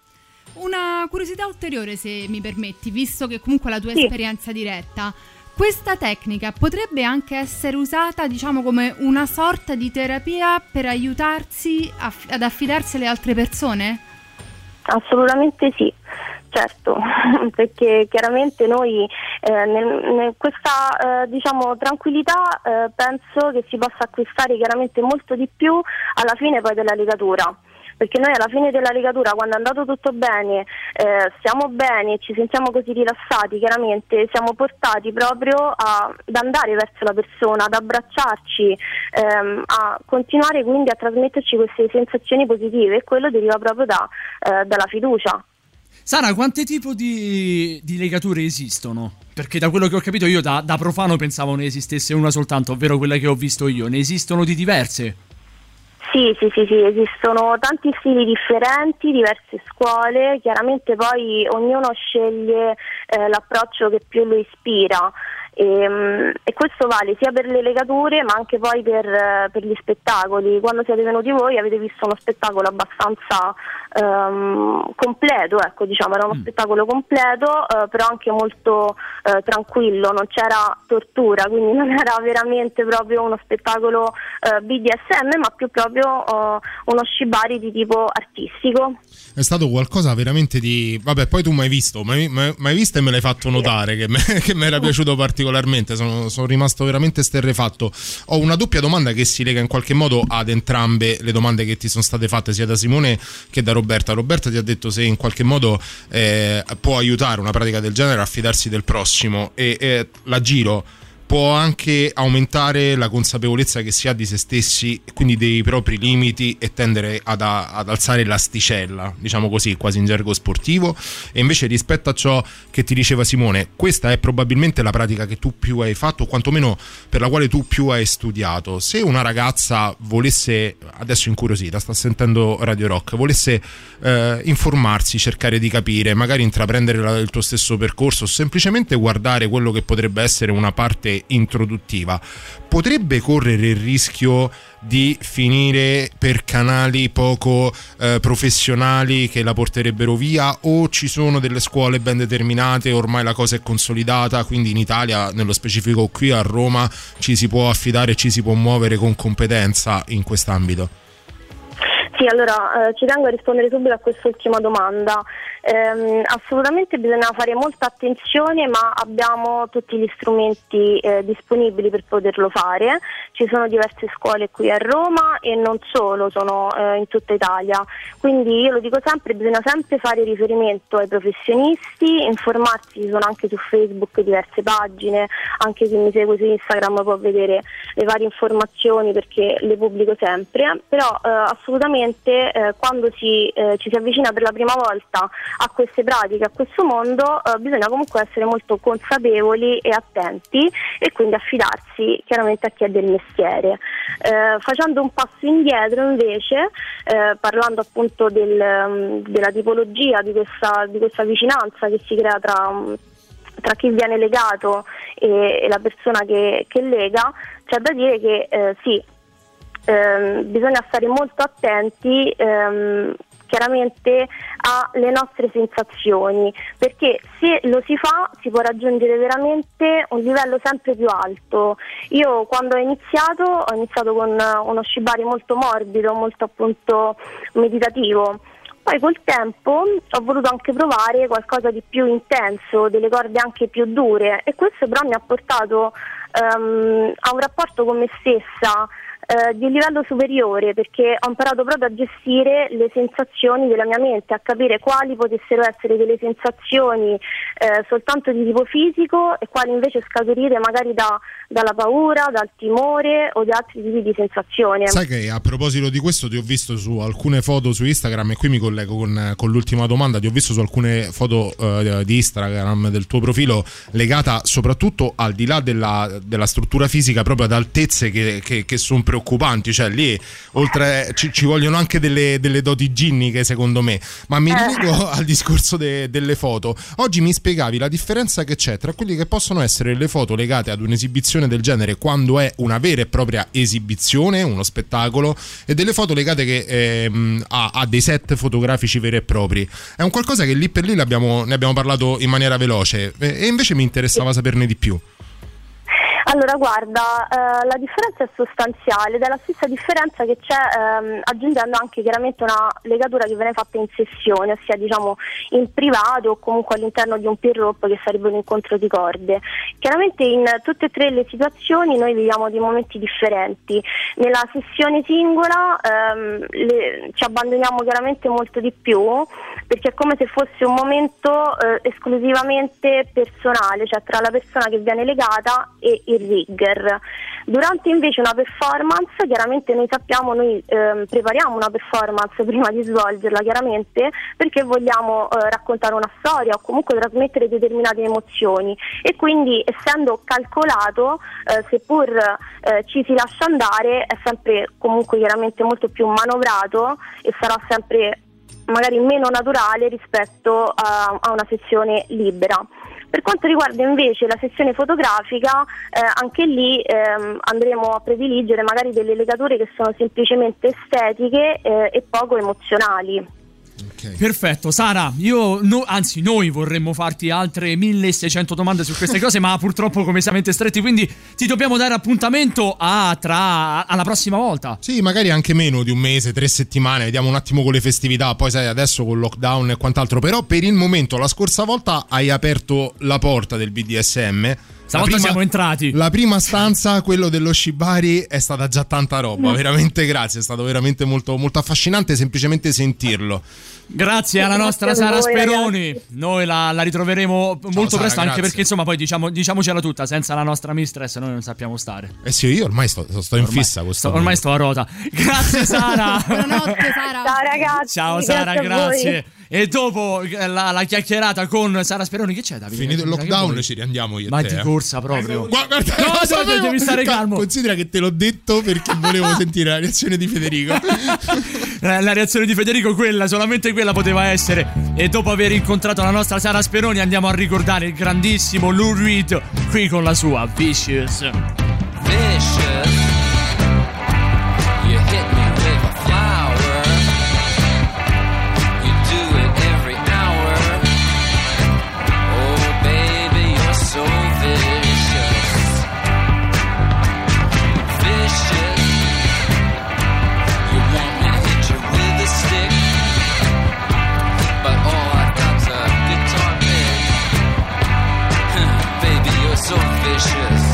Una curiosità ulteriore, se mi permetti, visto che comunque la tua sì. esperienza diretta, questa tecnica potrebbe anche essere usata, diciamo, come una sorta di terapia per aiutarsi a, ad affidarsi alle altre persone? Assolutamente sì, certo, perché chiaramente noi eh, nel, nel questa eh, diciamo tranquillità eh, penso che si possa acquistare chiaramente molto di più alla fine poi della legatura. Perché noi alla fine della legatura, quando è andato tutto bene, eh, stiamo bene e ci sentiamo così rilassati, chiaramente siamo portati proprio a, ad andare verso la persona, ad abbracciarci, ehm, a continuare quindi a trasmetterci queste sensazioni positive, e quello deriva proprio da, eh, dalla fiducia. Sara, quanti tipi di, di legature esistono? Perché da quello che ho capito io, da, da profano pensavo ne esistesse una soltanto, ovvero quella che ho visto io. Ne esistono di diverse? Sì, sì, sì, sì, esistono tanti stili differenti, diverse scuole, chiaramente poi ognuno sceglie eh, l'approccio che più lo ispira. E, e questo vale sia per le legature ma anche poi per, per gli spettacoli. Quando siete venuti voi avete visto uno spettacolo abbastanza um, completo, ecco, diciamo, era uno mm. spettacolo completo, uh, però anche molto uh, tranquillo, non c'era tortura, quindi non era veramente proprio uno spettacolo uh, B D S M, ma più proprio uh, uno shibari di tipo artistico. È stato qualcosa veramente di... Vabbè, poi tu mi hai visto, mi hai visto e me l'hai fatto notare, che mi era piaciuto particolarmente. particolarmente, sono, sono rimasto veramente esterrefatto. Ho una doppia domanda che si lega in qualche modo ad entrambe le domande che ti sono state fatte, sia da Simone che da Roberta. Roberta ti ha detto se in qualche modo eh, può aiutare una pratica del genere a fidarsi del prossimo, e eh, la giro: può anche aumentare la consapevolezza che si ha di se stessi, quindi dei propri limiti, e tendere ad, ad alzare l'asticella, diciamo così, quasi in gergo sportivo. E invece, rispetto a ciò che ti diceva Simone, questa è probabilmente la pratica che tu più hai fatto, o quantomeno per la quale tu più hai studiato. Se una ragazza volesse, adesso incuriosita, sta sentendo Radio Rock, volesse eh, informarsi, cercare di capire, magari intraprendere la, il tuo stesso percorso, o semplicemente guardare quello che potrebbe essere una parte introduttiva, potrebbe correre il rischio di finire per canali poco eh, professionali che la porterebbero via, o ci sono delle scuole ben determinate, ormai la cosa è consolidata, quindi in Italia, nello specifico qui a Roma, ci si può affidare, ci si può muovere con competenza in quest'ambito? Sì, allora eh, ci tengo a rispondere subito a quest'ultima domanda. Eh, assolutamente bisogna fare molta attenzione, ma abbiamo tutti gli strumenti eh, disponibili per poterlo fare. Ci sono diverse scuole qui a Roma e non solo, sono eh, in tutta Italia. Quindi io lo dico sempre, bisogna sempre fare riferimento ai professionisti, informarsi, ci sono anche su Facebook diverse pagine, anche chi mi segue su Instagram può vedere le varie informazioni perché le pubblico sempre, però eh, assolutamente eh, quando si, eh, ci si avvicina per la prima volta a queste pratiche, a questo mondo, eh, bisogna comunque essere molto consapevoli e attenti, e quindi affidarsi chiaramente a chi è del mestiere. Eh, facendo un passo indietro invece, eh, parlando appunto del, della tipologia di questa, di questa vicinanza che si crea tra, tra chi viene legato e, e la persona che, che lega, c'è da dire che eh, sì, eh, bisogna stare molto attenti ehm, chiaramente alle nostre sensazioni, perché se lo si fa si può raggiungere veramente un livello sempre più alto. Io quando ho iniziato ho iniziato con uno shibari molto morbido, molto appunto meditativo. Poi col tempo ho voluto anche provare qualcosa di più intenso, delle corde anche più dure, e questo però mi ha portato um, a un rapporto con me stessa Uh, di un livello superiore, perché ho imparato proprio a gestire le sensazioni della mia mente, a capire quali potessero essere delle sensazioni uh, soltanto di tipo fisico e quali invece scaturire magari da, dalla paura, dal timore o da altri tipi di sensazioni. Sai che a proposito di questo ti ho visto su alcune foto su Instagram, e qui mi collego con, con l'ultima domanda, ti ho visto su alcune foto uh, di Instagram del tuo profilo, legata soprattutto, al di là della, della struttura fisica, proprio ad altezze che, che, che sono preoccupanti. Occupanti, cioè lì oltre ci, ci vogliono anche delle, delle doti ginniche secondo me. Ma mi rilego al discorso de, delle foto. Oggi mi spiegavi la differenza che c'è tra quelli che possono essere le foto legate ad un'esibizione del genere, quando è una vera e propria esibizione, uno spettacolo, e delle foto legate che, ehm, a, a dei set fotografici veri e propri. È un qualcosa che lì per lì l'abbiamo, ne abbiamo parlato in maniera veloce, e, e invece mi interessava saperne di più. Allora guarda, eh, la differenza è sostanziale ed è la stessa differenza che c'è ehm, aggiungendo anche chiaramente una legatura che viene fatta in sessione, ossia diciamo in privato o comunque all'interno di un peer rope, che sarebbe un incontro di corde. Chiaramente in tutte e tre le situazioni noi viviamo dei momenti differenti. Nella sessione singola ehm, le, ci abbandoniamo chiaramente molto di più, perché è come se fosse un momento eh, esclusivamente personale, cioè tra la persona che viene legata e il rigger. Durante invece una performance, chiaramente noi sappiamo, noi ehm, prepariamo una performance prima di svolgerla, chiaramente perché vogliamo eh, raccontare una storia o comunque trasmettere determinate emozioni, e quindi essendo calcolato, eh, seppur eh, ci si lascia andare, è sempre comunque chiaramente molto più manovrato e sarà sempre magari meno naturale rispetto a, a una sessione libera. Per quanto riguarda invece la sessione fotografica, eh, anche lì ehm, andremo a prediligere magari delle legature che sono semplicemente estetiche eh, e poco emozionali. Okay. Perfetto, Sara, io no, anzi noi vorremmo farti altre milleseicento domande su queste cose, ma purtroppo come siamo stretti, quindi ti dobbiamo dare appuntamento a tra alla prossima volta. Sì, magari anche meno di un mese, tre settimane, vediamo un attimo con le festività, poi sai adesso con lockdown e quant'altro, però per il momento la scorsa volta hai aperto la porta del B D S M Stavolta prima, siamo entrati. La prima stanza, quello dello Shibari, è stata già tanta roba. Veramente grazie, è stato veramente molto, molto affascinante semplicemente sentirlo. Grazie alla nostra Grazie a Sara voi, Speroni. ragazzi. Noi la, la ritroveremo molto Sara, presto, anche grazie. perché insomma poi diciamo, diciamocela tutta, senza la nostra mistress noi non sappiamo stare. Eh sì, io ormai sto, sto in Ormai- fissa questo sto- ormai sto a rota. Grazie Sara. Buonanotte Sara. Ciao ragazzi. Ciao Sara, grazie a voi. grazie. E dopo eh, la, la chiacchierata con Sara Speroni, che c'è Davide? Finito il Che lockdown vuoi? ci riandiamo io e Ma te, di eh. corsa proprio. Guarda, guarda, No, lo no, sapevo. devi stare calmo. Considera che te l'ho detto perché volevo sentire la reazione di Federico. Eh, La reazione di Federico, quella, solamente quella poteva essere. E dopo aver incontrato la nostra Sara Speroni andiamo a ricordare il grandissimo Lou Reed qui con la sua Vicious. Vicious, you hit me with a flower. You do it every hour. Oh baby, you're so vicious. Vicious, you want me to hit you with a stick, but all I've got's a guitar pick. Baby, you're so vicious.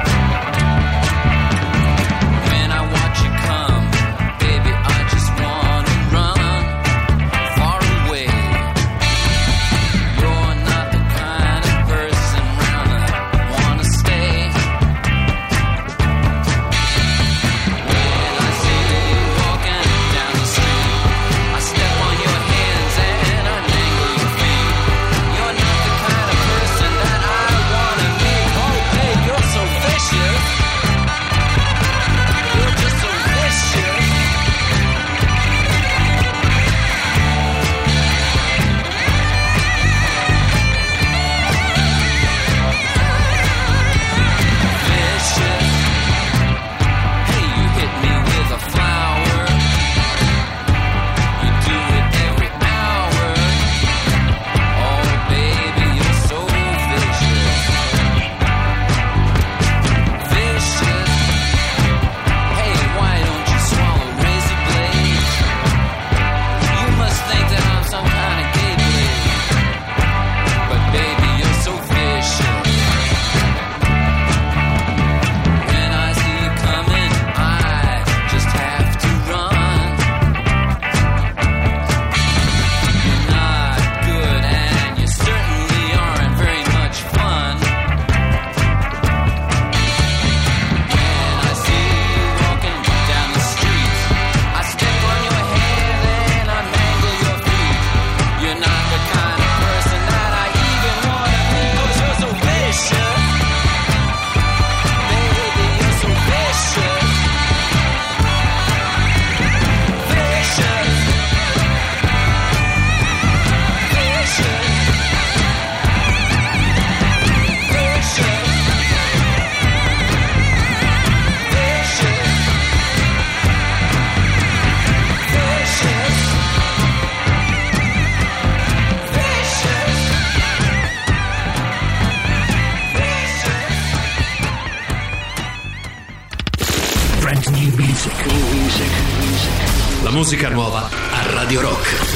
La musica nuova a Radio Rock.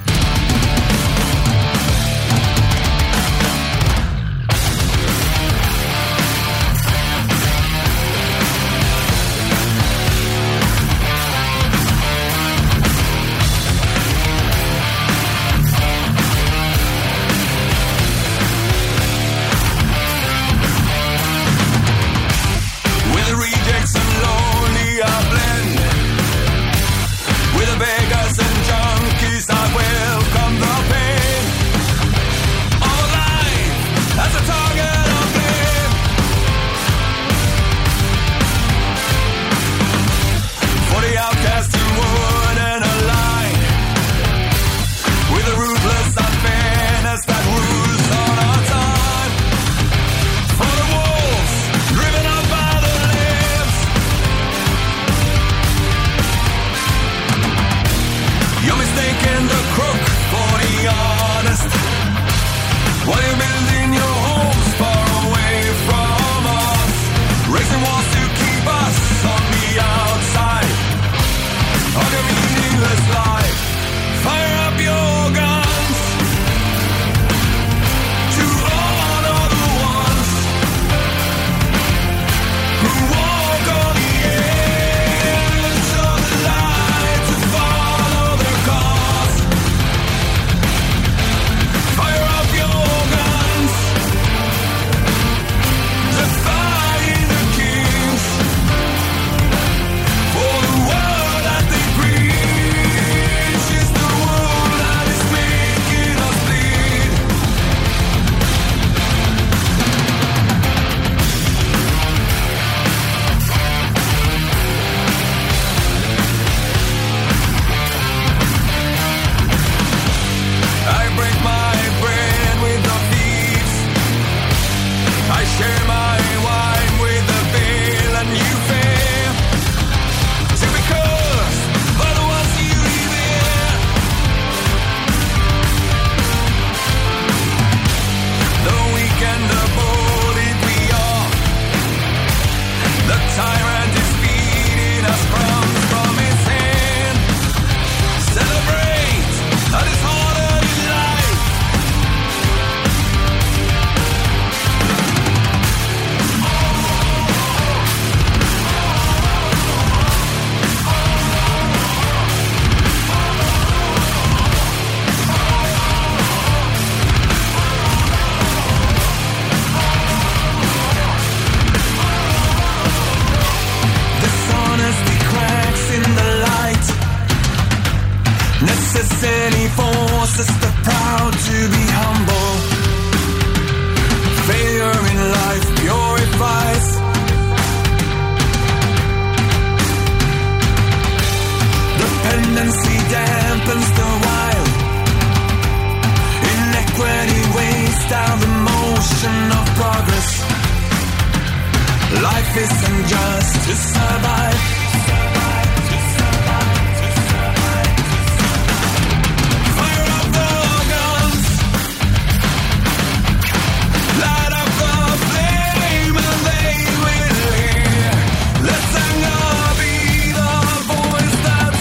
With the rejects and lonely I blend. With the beggars and junkies I just to survive. Fire up the guns, light up the flame, and they will hear. Let's anger be the voice that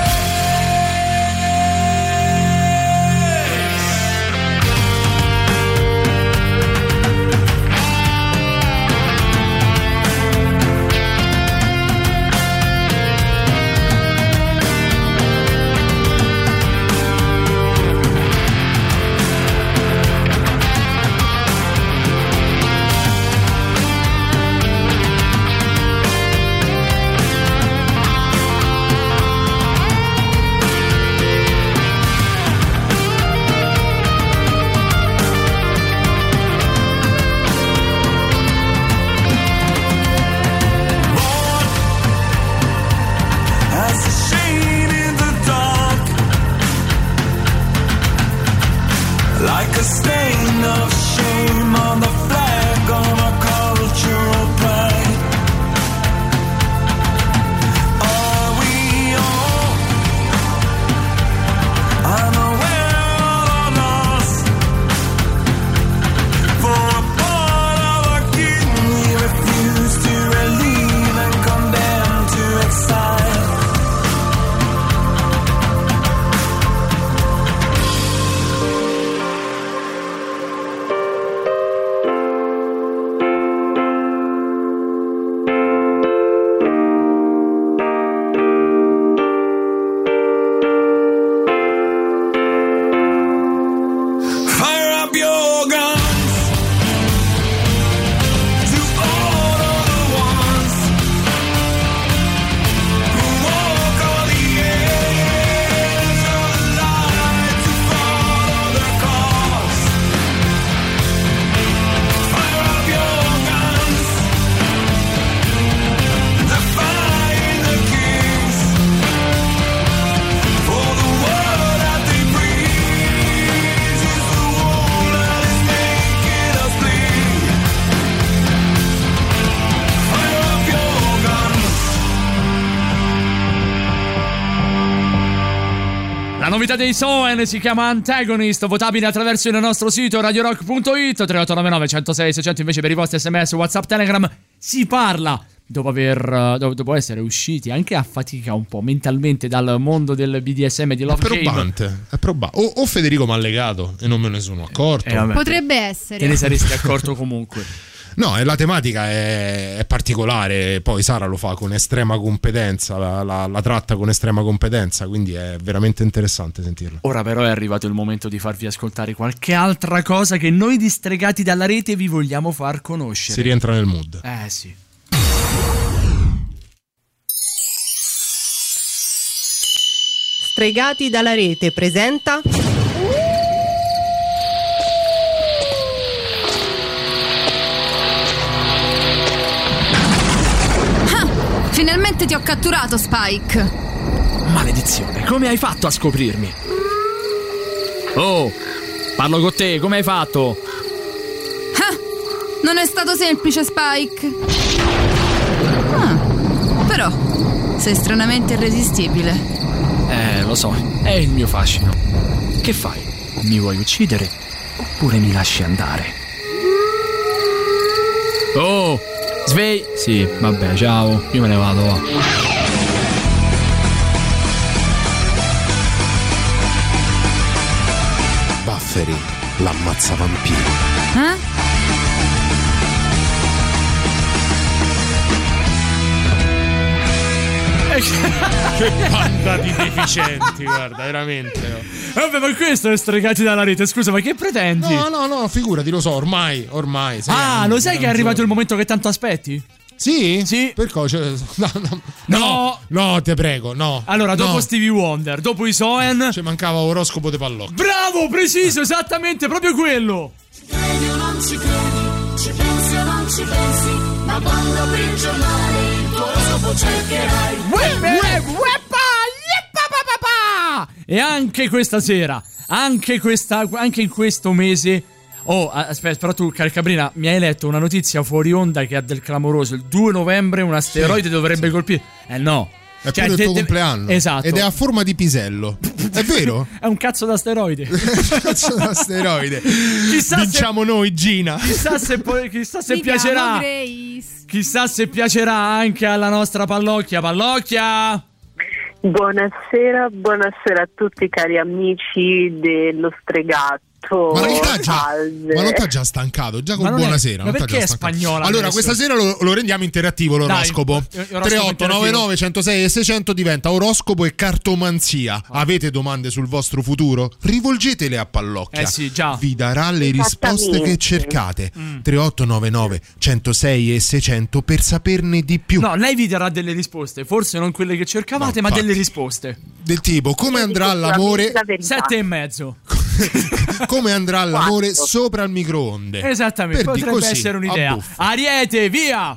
like a stain of shame on the flag of our cultural pride. Are we all unaware of loss? For a part of our king we refuse to relieve and condemn to exile. Fire up your guns to all of the ones who walk on the edge of the light to follow their cause. Fire up your guns, defying the kings for the word that they breathe. That is making us bleed. Fire up your guns. La novità dei Soen si chiama Antagonist, votabile attraverso il nostro sito radio rock punto it, tre otto nove nove uno zero sei sei zero zero invece per i vostri sms, WhatsApp, Telegram. Si parla dopo aver do- dopo essere usciti anche a fatica un po' mentalmente dal mondo del B D S M di Love È Game. probante, è probante. O, o Federico mi ha legato e non me ne sono accorto. Eh, vabbè. Potrebbe essere. Te ne saresti accorto comunque. No, e la tematica è, è particolare, poi Sara lo fa con estrema competenza, la, la, la tratta con estrema competenza, quindi è veramente interessante sentirla. Ora però è arrivato il momento di farvi ascoltare qualche altra cosa che noi distregati dalla rete vi vogliamo far conoscere. Si rientra nel mood. Eh sì. Stregati dalla rete presenta Ah, finalmente ti ho catturato, Spike. Maledizione, come hai fatto a scoprirmi? Oh, parlo con te, come hai fatto? Ah, non è stato semplice, Spike. Ah, però sei stranamente irresistibile. Eh, lo so, è il mio fascino. Che fai? Mi vuoi uccidere? Oppure mi lasci andare? Oh, svegli. Sì, vabbè, ciao, io me ne vado, va. Bufferi, l'ammazza vampiro. Eh? Che banda di deficienti, guarda, veramente. Vabbè, ma questo è Stregati dalla rete. Scusa, ma che pretendi? No, no, no, figurati, lo so, ormai, ormai. Ah, lo sai che è arrivato il momento che tanto aspetti? Sì? Sì. Per cosa? No, no, No. no, no, te prego, no. Allora, dopo no. Stevie Wonder, dopo i Soen, ci mancava oroscopo de pallocchi. Bravo, preciso, esattamente, proprio quello. Credi o non ci credi, ci pensi o non ci pensi, ma quando apri il giornale il tuo oroscopo cercherai. E anche questa sera, anche, questa, anche in questo mese, Oh, aspetta, però tu, Calcabrina, mi hai letto una notizia fuori onda che ha del clamoroso. Il due novembre un asteroide sì, dovrebbe sì. colpire. Eh no. È cioè, pure il tuo de- compleanno. Esatto. Ed è a forma di pisello. È vero? È un cazzo d'asteroide. Un cazzo d'asteroide. Chissà Vinciamo se... noi, Gina. Chissà se, poi, chissà se piacerà. Grace. Chissà se piacerà anche alla nostra Pallocchia. Pallocchia! Buonasera, buonasera a tutti cari amici dello Stregato. Ma non t'ha già, ma non t'ha già stancato? Già con buonasera. È, ma perché è spagnola? Allora, adesso? questa sera lo, lo rendiamo interattivo l'oroscopo. tre otto nove nove uno zero sei e seicento diventa oroscopo e cartomanzia. Ah. Avete domande sul vostro futuro? Rivolgetele a Pallocchia. Eh sì, già. Vi darà le risposte che cercate. Mm. tre otto nove nove uno zero sei e seicento per saperne di più. No, lei vi darà delle risposte, forse non quelle che cercavate, no, ma delle risposte. Del tipo, come andrà l'amore? Sette e mezzo. Come andrà l'amore sopra il microonde? Esattamente, per potrebbe così, essere un'idea. Ariete, via!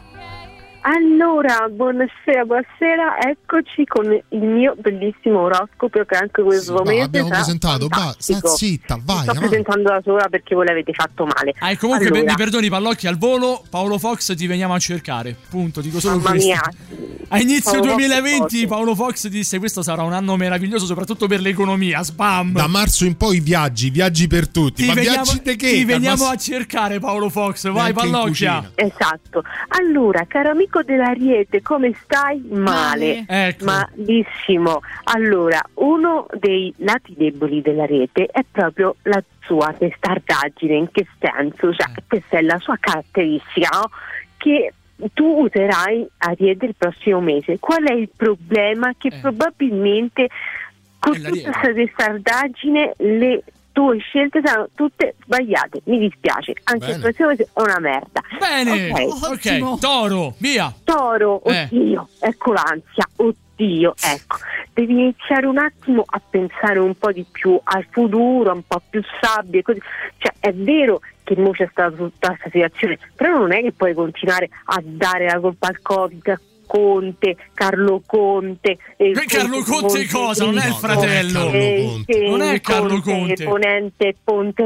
Allora, buonasera, buonasera, eccoci con il mio bellissimo oroscopo che anche questo sì, mese va, abbiamo presentato, va, sta zitta, vai. Sto presentando da sola perché voi l'avete fatto male. Ah, e comunque allora, mi perdoni Pallocchi, al volo Paolo Fox ti veniamo a cercare. Punto, dico solo mamma questo. Mia. A inizio Paolo duemilaventi Fox Paolo Fox disse questo sarà un anno meraviglioso soprattutto per l'economia, spam. Da marzo in poi viaggi, viaggi per tutti. Ti ma veniamo, viaggi di che? Ti veniamo ma... a cercare Paolo Fox, vai Pallocchia. Esatto. Allora, caro amico dell'Ariete, come stai? Male. Ecco. Malissimo. Allora, uno dei lati deboli dell'Ariete è proprio la sua testardaggine. In che senso? Cioè, eh. questa è la sua caratteristica, no? Che tu userai Ariete il prossimo mese. Qual è il problema? Che eh. probabilmente con tutta questa testardaggine le tue scelte saranno tutte sbagliate. Mi dispiace, anche Bene. il prossimo mese è una merda. Bene, ok, ok, Toro, via. Toro, Eh. oddio, ecco l'ansia, oddio, ecco. Devi iniziare un attimo a pensare un po' di più al futuro, un po' più sabbie, così. Cioè, è vero che mo c'è stata tutta questa situazione, però non è che puoi continuare a dare la colpa al Covid, Conte, Carlo Conte. E Carlo Conte, Conte cosa? Non è il fratello. No, non è Carlo Conte. Ponente, Ponte.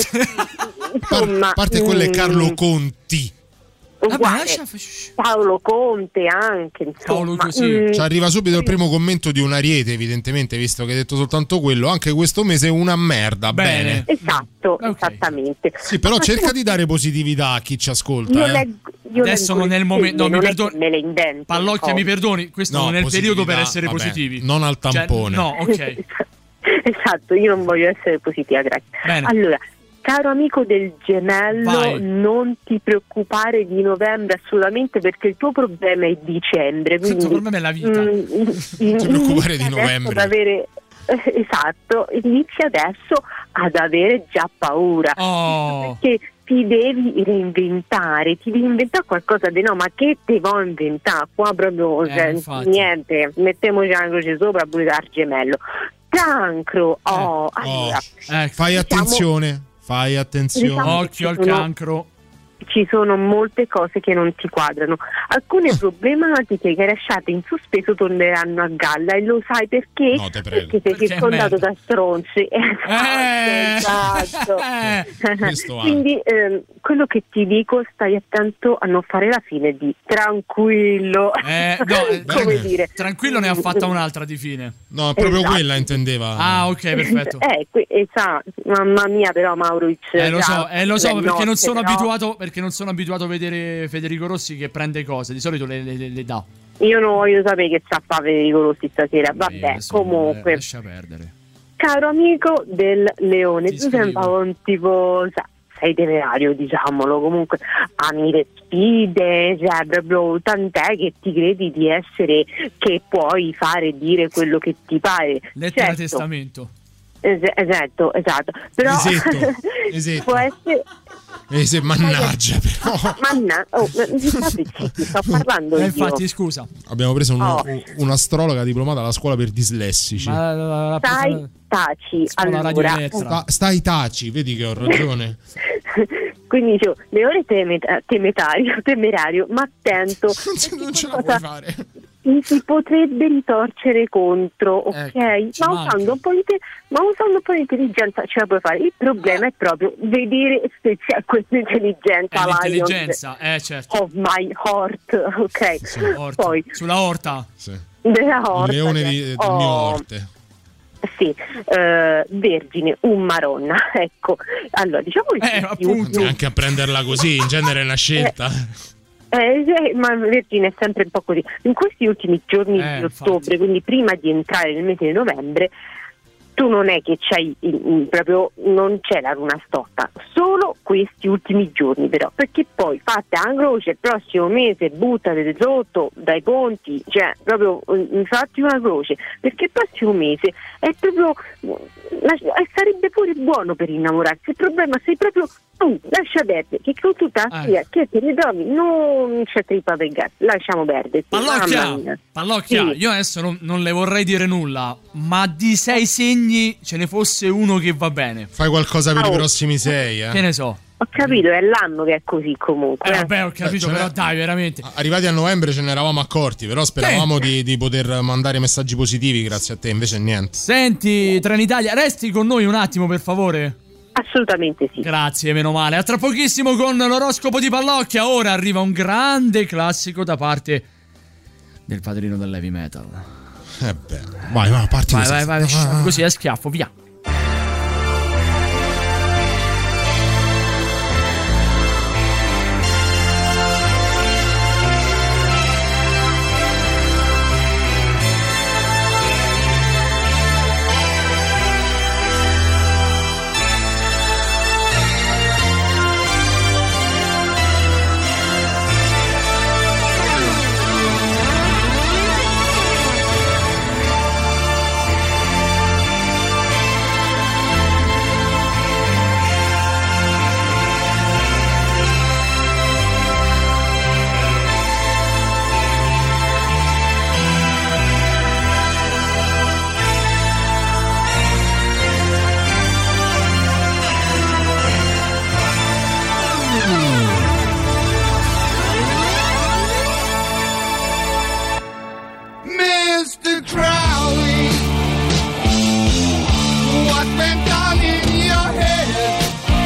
Insomma, a parte quello è Carlo Conti. Uguale. Paolo Conte anche, insomma. Paolo così. Mm. Ci arriva subito il primo commento di un Ariete, evidentemente, visto che hai detto soltanto quello. Anche questo mese è una merda. Bene, Bene. Esatto, Okay. esattamente. Sì, però cerca di dare positività a chi ci ascolta. Io eh. leggo, io Adesso leggo non è il momento. No, mi non è perdoni. che me le invento. Pallocchia, mi perdoni. Questo No, non è il periodo per positività, essere vabbè, positivi. non al tampone. Cioè, no, ok. Esatto, io non voglio essere positiva, grazie. Bene. Allora, caro amico del Gemello, Vai. non ti preoccupare di novembre assolutamente, perché il tuo problema è dicembre. Quindi, Il tuo problema è la vita. mm, Non ti preoccupare di novembre. Ad avere, eh, esatto, inizia adesso ad avere già paura. Oh. Perché ti devi reinventare, ti devi inventare qualcosa di no, ma che ti vuoi inventare? Qua proprio Eh, cioè, infatti. niente, mettiamoci una croce sopra pure dal Gemello. Cancro, oh, allora, Eh, Fai diciamo- attenzione, fai attenzione. diciamo- occhio al Ci sono- cancro. ci sono molte cose che non ti quadrano. Alcune problematiche che hai lasciate in sospeso torneranno a galla, e lo sai perché? No, te prego. Perché sei Perché circondato merda. da stronzi. Eh. Esatto. Eh. Questo anche. Quindi ehm, quello che ti dico, stai attento a non fare la fine di tranquillo. Eh, no, eh, come bene. dire. Tranquillo, ne ha fatta un'altra di fine. No, è proprio Esatto. quella intendeva. Ah, ok, perfetto. Eh, que- esatto. Mamma mia, però Mauric. Eh, lo so, già, eh, lo so le perché non notte, sono però- abituato perché non sono abituato a vedere Federico Rossi che prende cose, di solito le, le- le dà. Io non voglio sapere che sta a fare Federico Rossi stasera. Io Vabbè, adesso, eh, comunque. lascia perdere. Caro amico del Leone, Ti tu sei un scrivo. po' un tipo, sa- sei temerario, diciamolo, comunque ami le sfide, cioè proprio tant'è che ti credi di essere, che puoi fare e dire quello che ti pare. Lettera Certo, testamento. es- esatto, esatto, però Esatto, esatto. può essere... Eh, se, mannaggia, però. Manna, oh, mi state zitti, sto parlando Eh, io. infatti, scusa. Abbiamo preso un- Oh. un- un'astrologa diplomata alla scuola per dislessici. Ma la, la, la, Stai taci, Suona Radio allora. Elettra. Sta- stai taci, vedi che ho ragione. Quindi dicevo, Leone teme- temetario, temerario, ma attento. Non ce- non ce la Cosa- puoi fare. mi si potrebbe ritorcere contro, ok? Eh, ma, usando un po di te- ma usando un po' di intelligenza ce la puoi fare. Il problema è proprio vedere se c'è questa intelligenza. Eh, l'intelligenza, eh, certo. Of my heart, ok? Sì, orta. Poi sulla orta. Sì. Della orta. Il leone cioè, di, del oh, mio orte. Sì, eh, vergine, un maronna, ecco. Allora, diciamo che Eh, appunto. Anche a prenderla così, in genere è una scelta. Eh, eh, ma Vergine è sempre un po' così. In questi ultimi giorni Eh, di ottobre, infatti. Quindi prima di entrare nel mese di novembre, tu non è che c'hai il, il, proprio non c'è la luna storta, solo questi ultimi giorni però, perché poi fatte la croce il prossimo mese buttate sotto dai ponti, cioè proprio infatti una croce, perché il prossimo mese è proprio la, sarebbe pure buono per innamorarsi. Il problema sei proprio tu, lascia perdere, che con tutta la sfida che te ne trovi non c'è trippa per gas, lasciamo perdere. Pallocchia, Pallocchia, Sì. io adesso non, non le vorrei dire nulla, ma di sei segni ce ne fosse uno che va bene. Fai qualcosa per Oh. i prossimi sei, eh? Che ne so. Ho capito, è l'anno che è così comunque. Eh vabbè, ho capito, Eh, ce però n'è- dai, veramente. Arrivati a novembre ce ne eravamo accorti, però speravamo di, di poter mandare messaggi positivi grazie a te, invece niente. Senti, Trenitalia, resti con noi un attimo, per favore? Assolutamente sì. Grazie, meno male. A tra pochissimo con l'oroscopo di Pallocchia. Ora arriva un grande classico da parte del padrino dell'heavy metal. Eh beh, vai, vai, parti Vai, così. vai, vai, vai, così a schiaffo, via. Mister Crowley, what's been done in your head?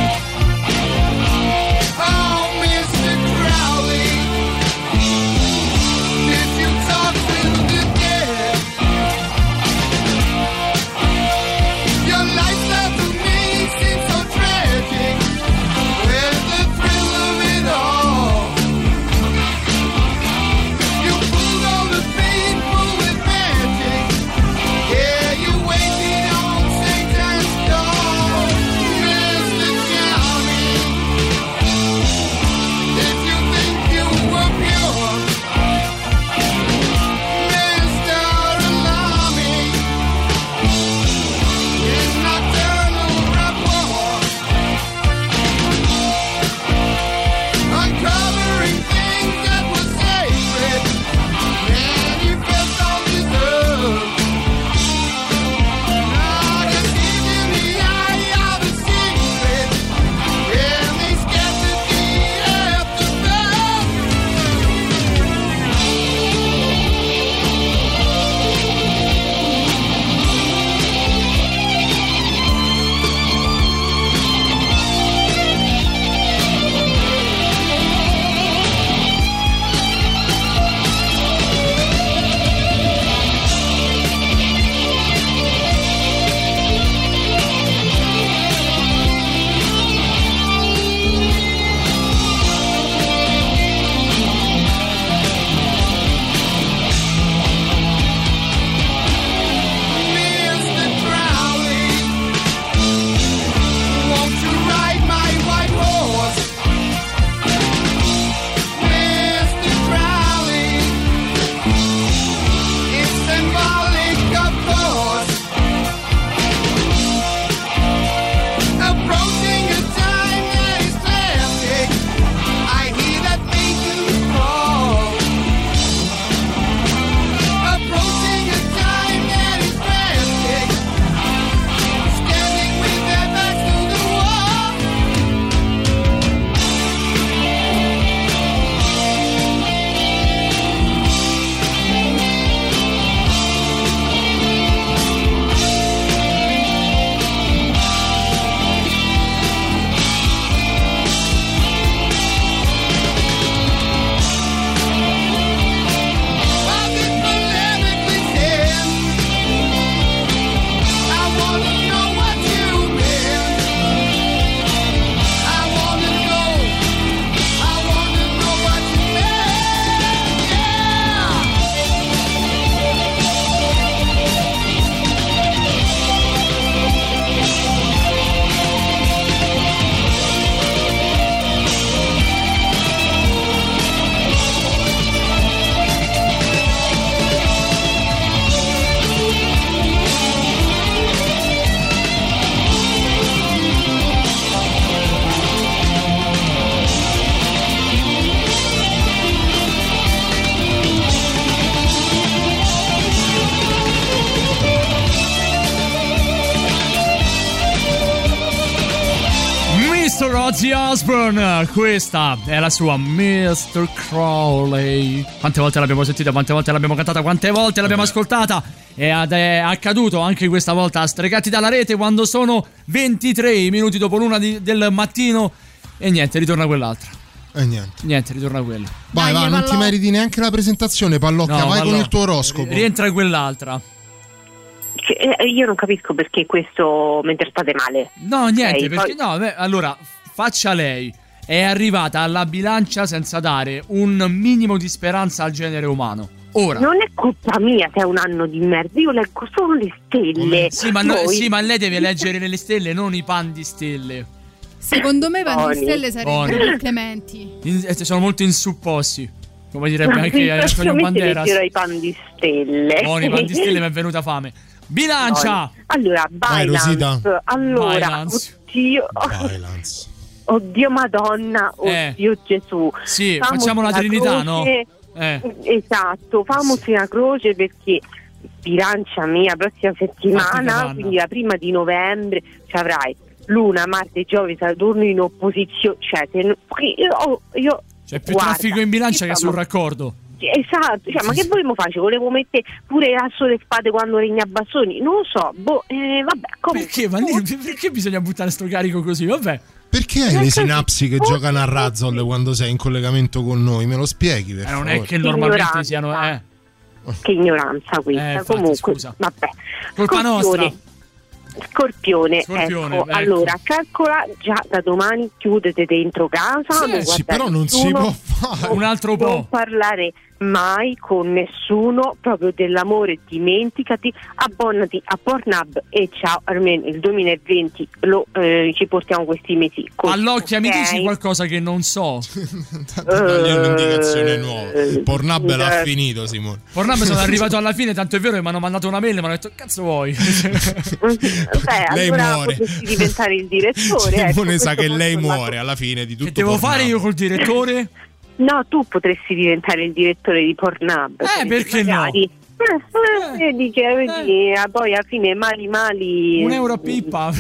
Oh, Mister Crowley, did you talk to the dead? Your lifestyle to me seems so tragic. Where's the thrill Ozzy Osbourne, questa è la sua mister Crowley. Quante volte l'abbiamo sentita, quante volte l'abbiamo cantata, quante volte l'abbiamo ascoltata. E ad è accaduto anche questa volta a Stregati dalla Rete, quando sono ventitré minuti dopo l'una di, del mattino. E niente, ritorna quell'altra. E niente. Niente, ritorna quella. Vai, Dai, va, non Pallò. ti meriti neanche la presentazione, Pallocchia. No, vai Pallò. con il tuo oroscopo. Rientra quell'altra. Eh, io non capisco perché questo mentre state male. No, niente, Ok, perché poi- no, beh, allora, faccia lei. È arrivata alla bilancia senza dare un minimo di speranza al genere umano. Ora. Non è colpa mia se è un anno di merda, io leggo solo le stelle. Sì ma, no- Voi- sì, ma lei deve leggere le stelle, non i pan di stelle. Secondo me Pan di Buoni. Stelle sarebbero Buoni. più clementi. In- eh, sono molto insupposti. Come direbbe Ma anche Antonio sicuramente Banderas. leggerò i pan di stelle. Buoni pan di stelle, mi è venuta fame. Bilancia! Buoni. Allora, Vai, Binance. Rosita. Allora, Binance. oddio. Balance. Oddio Madonna, Eh. oddio Gesù. Sì, Famosi facciamo la Trinità, no? croce. Eh. Esatto, famosi una croce perché bilancia mia, prossima Fatti settimana, capanna. quindi la prima di novembre, ci avrai Luna, Marte, Giove, Saturno in opposizione. Cioè, se no- io, io C'è più guarda, traffico in bilancia che sul diciamo- raccordo. Esatto, cioè, ma che volevo fare? Ci volevo mettere pure l'asso delle spade quando regna a bastoni? Non lo so, boh, eh, vabbè, comunque. Perché? Ma lì- perché bisogna buttare sto carico così? Vabbè. Perché hai le sinapsi che giocano a Razzle quando sei in collegamento con noi? Me lo spieghi, per Eh, non favore? è che normalmente Ignoranza. siano. Eh. Che ignoranza questa. Eh, infatti, Comunque, scusa. vabbè. Colpa nostra. Scorpione, Scorpione, ecco, ecco. allora calcola già da domani chiudete dentro casa, Sì, non Sì, guardare però non si nessuno, può fare. Un altro non po'. parlare mai con nessuno proprio dell'amore, dimenticati, abbonati a Pornhub e ciao, almeno il duemilaventi lo, eh, ci portiamo questi mesi così, All'occhia, mi ok? dici qualcosa che non so. Dagli un'indicazione nuova. Eh, Pornhub l'ha eh, finito, Simone. Pornhub sono arrivato alla fine, tanto è vero che mi hanno mandato una mail e mi hanno detto cazzo vuoi? Beh, Lei allora muore. potresti diventare il direttore. Simone ecco, sa che questo lei posso farlo. muore alla fine di tutto. Che devo Pornhub. fare io col direttore? No, tu potresti diventare il direttore di Pornhub. Eh, perché no? magari. Eh, eh, vedi che vedi, eh, poi alla fine mali mali. Un euro a pippa.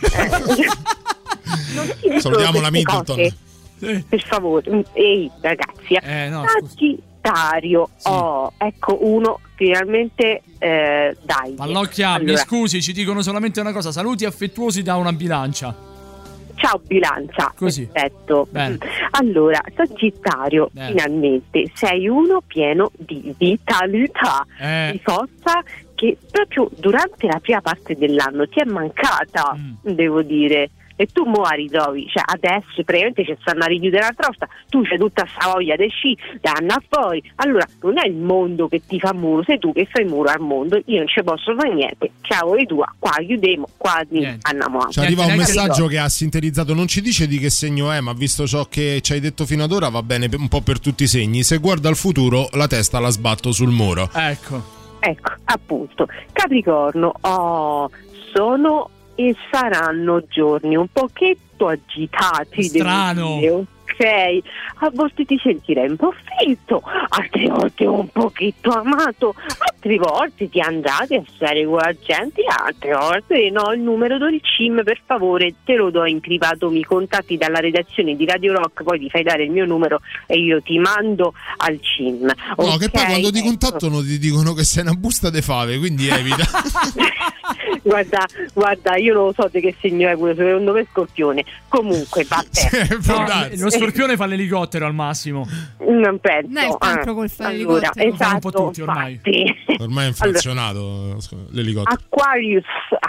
Non ti dico Salutiamo la queste Middleton. cose, Sì. per favore. Ehi, ragazzi, Eh, no, scusa. Sagittario. Sì. Oh, ecco uno finalmente. Eh, dai. Pallocchia, mi Allora, scusi, ci dicono solamente una cosa. Saluti affettuosi da una bilancia. Ciao bilancia. Così. Perfetto. Bene. Allora, Sagittario, Bene. finalmente sei uno pieno di vitalità, Eh. di forza che proprio durante la prima parte dell'anno ti è mancata, Mm. devo dire. E tu mo la ritrovi, cioè adesso praticamente ci stanno a richiudere la trosta, tu c'hai tutta sta voglia di sci, da andare fuori, allora non è il mondo che ti fa muro, sei tu che fai muro al mondo, io non ci posso fare niente, ciao e tua, qua chiudiamo, qua Niente. andiamo avanti. Ci arriva un Neanche- messaggio che ha sintetizzato. Non ci dice di che segno è, ma visto ciò che ci hai detto fino ad ora, va bene un po' per tutti i segni. Se guarda al futuro, la testa la sbatto sul muro. Ecco. Ecco, appunto, Capricorno, oh, sono e saranno giorni un pochetto agitati, devo Strano. dire, ok? A volte ti sentirai un po' fitto, altre volte un pochetto amato, altre volte ti andate a stare con la gente, altre volte no, il numero del C I M per favore te lo do in privato, mi contatti dalla redazione di Radio Rock, poi ti fai dare il mio numero e io ti mando al C I M. No, ok? che poi quando ti Ecco. contattano ti dicono che sei una busta de fave, quindi evita. guarda, guarda, io non lo so di che segno è quello, secondo me Scorpione. Comunque, vabbè. Può No, darsi. lo scorpione fa l'elicottero al massimo. Non penso. Non è il cancro eh. col fare Allora, l'elicottero. Lo fanno un po' esatto, tutti ormai. infatti. Ormai è inflazionato l'elicottero. Aquarius,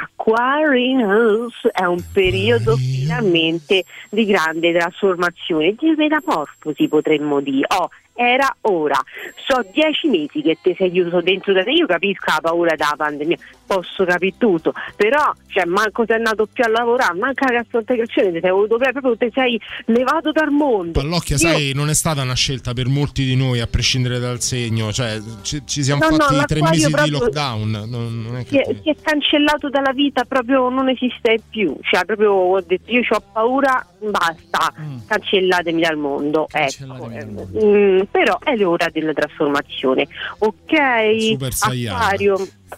Aquarius è un periodo finalmente di grande trasformazione, di metamorfosi potremmo dire. Oh, era ora. So dieci mesi che ti sei chiuso dentro da te. Io capisco la paura della pandemia, posso capire tutto, però cioè manco sei andato più a lavorare, manca la cassazione, ti sei voluto proprio, ti sei levato dal mondo. Pallocchia, Io- sai, non è stata una scelta per molti di noi, a prescindere dal segno. Cioè, ci, ci siamo No, no, fatti tre l'acquario mesi di proprio- lockdown. Non, non è Si è, che... si è cancellato dalla vita, proprio non esiste più, cioè proprio ho detto io ho paura, basta, Mm. cancellatemi dal mondo, Cancellatemi ecco. dal mondo. Mm, però è l'ora della trasformazione, ok? Super Saiyan. Acquario,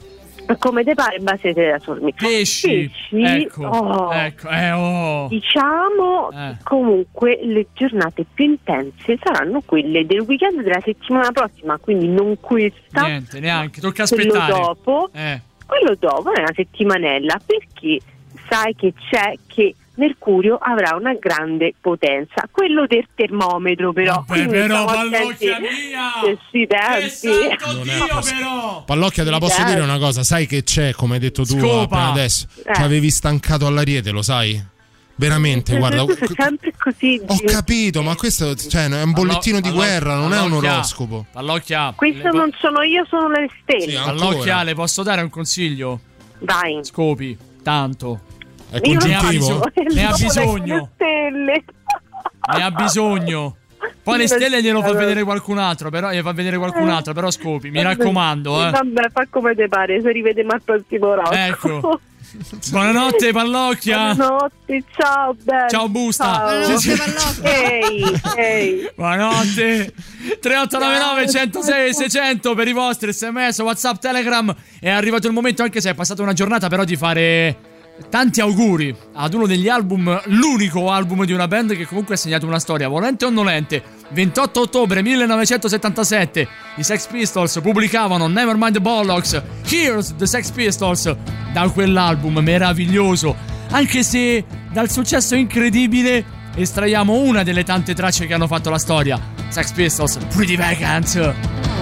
come te pare, base siete da sormi. Pesci, Pesci ecco, oh, ecco, eh, oh. diciamo Eh. comunque le giornate più intense saranno quelle del weekend della settimana prossima, quindi non questa, Niente, neanche, tocca quello aspettare. dopo, Eh. quello dopo è una settimanella, perché sai che c'è che Mercurio avrà una grande potenza, quello del termometro, però. Vabbè, però, stiamo attenti Pallocchia mia! che si tempi. Non è però! Pallocchia, te la posso Dai. dire una cosa, sai che c'è, come hai detto tu Scopa. appena adesso, Eh. ci avevi stancato all'ariete, lo sai? Veramente, guarda. Tu sei sempre così. Ho capito, ma questo cioè, è un bollettino di Pallo- guerra, non è un Pallocchia. oroscopo. Pallocchia, Questo le po- non sono io, sono le stelle. Pallocchia, le posso dare un consiglio? Vai. Scopi, tanto. È Io non Ne ha, congiuntivo? biso- ne ha so le bisogno. stelle. Ne ha bisogno. Poi le stelle glielo fa vedere qualcun altro, però gli fa vedere qualcun altro, però Scopi, mi raccomando, eh. Vabbè, fa come te pare, se rivediamo al prossimo round. Ecco. Buonanotte Pallocchia. Buonanotte, ciao bello. Ciao busta. Buonanotte Pallocchia. Ehi, ehi. Buonanotte. tre otto nove nove uno zero sei seicento per i vostri sms, WhatsApp, Telegram. È arrivato il momento, anche se è passata una giornata, però di fare tanti auguri ad uno degli album, l'unico album di una band che comunque ha segnato una storia, volente o nolente. ventotto ottobre millenovecentosettantasette i Sex Pistols pubblicavano Nevermind the Bollocks, Here's the Sex Pistols. Da quell'album meraviglioso, anche se dal successo incredibile estraiamo una delle tante tracce che hanno fatto la storia. Sex Pistols, Pretty Vacant.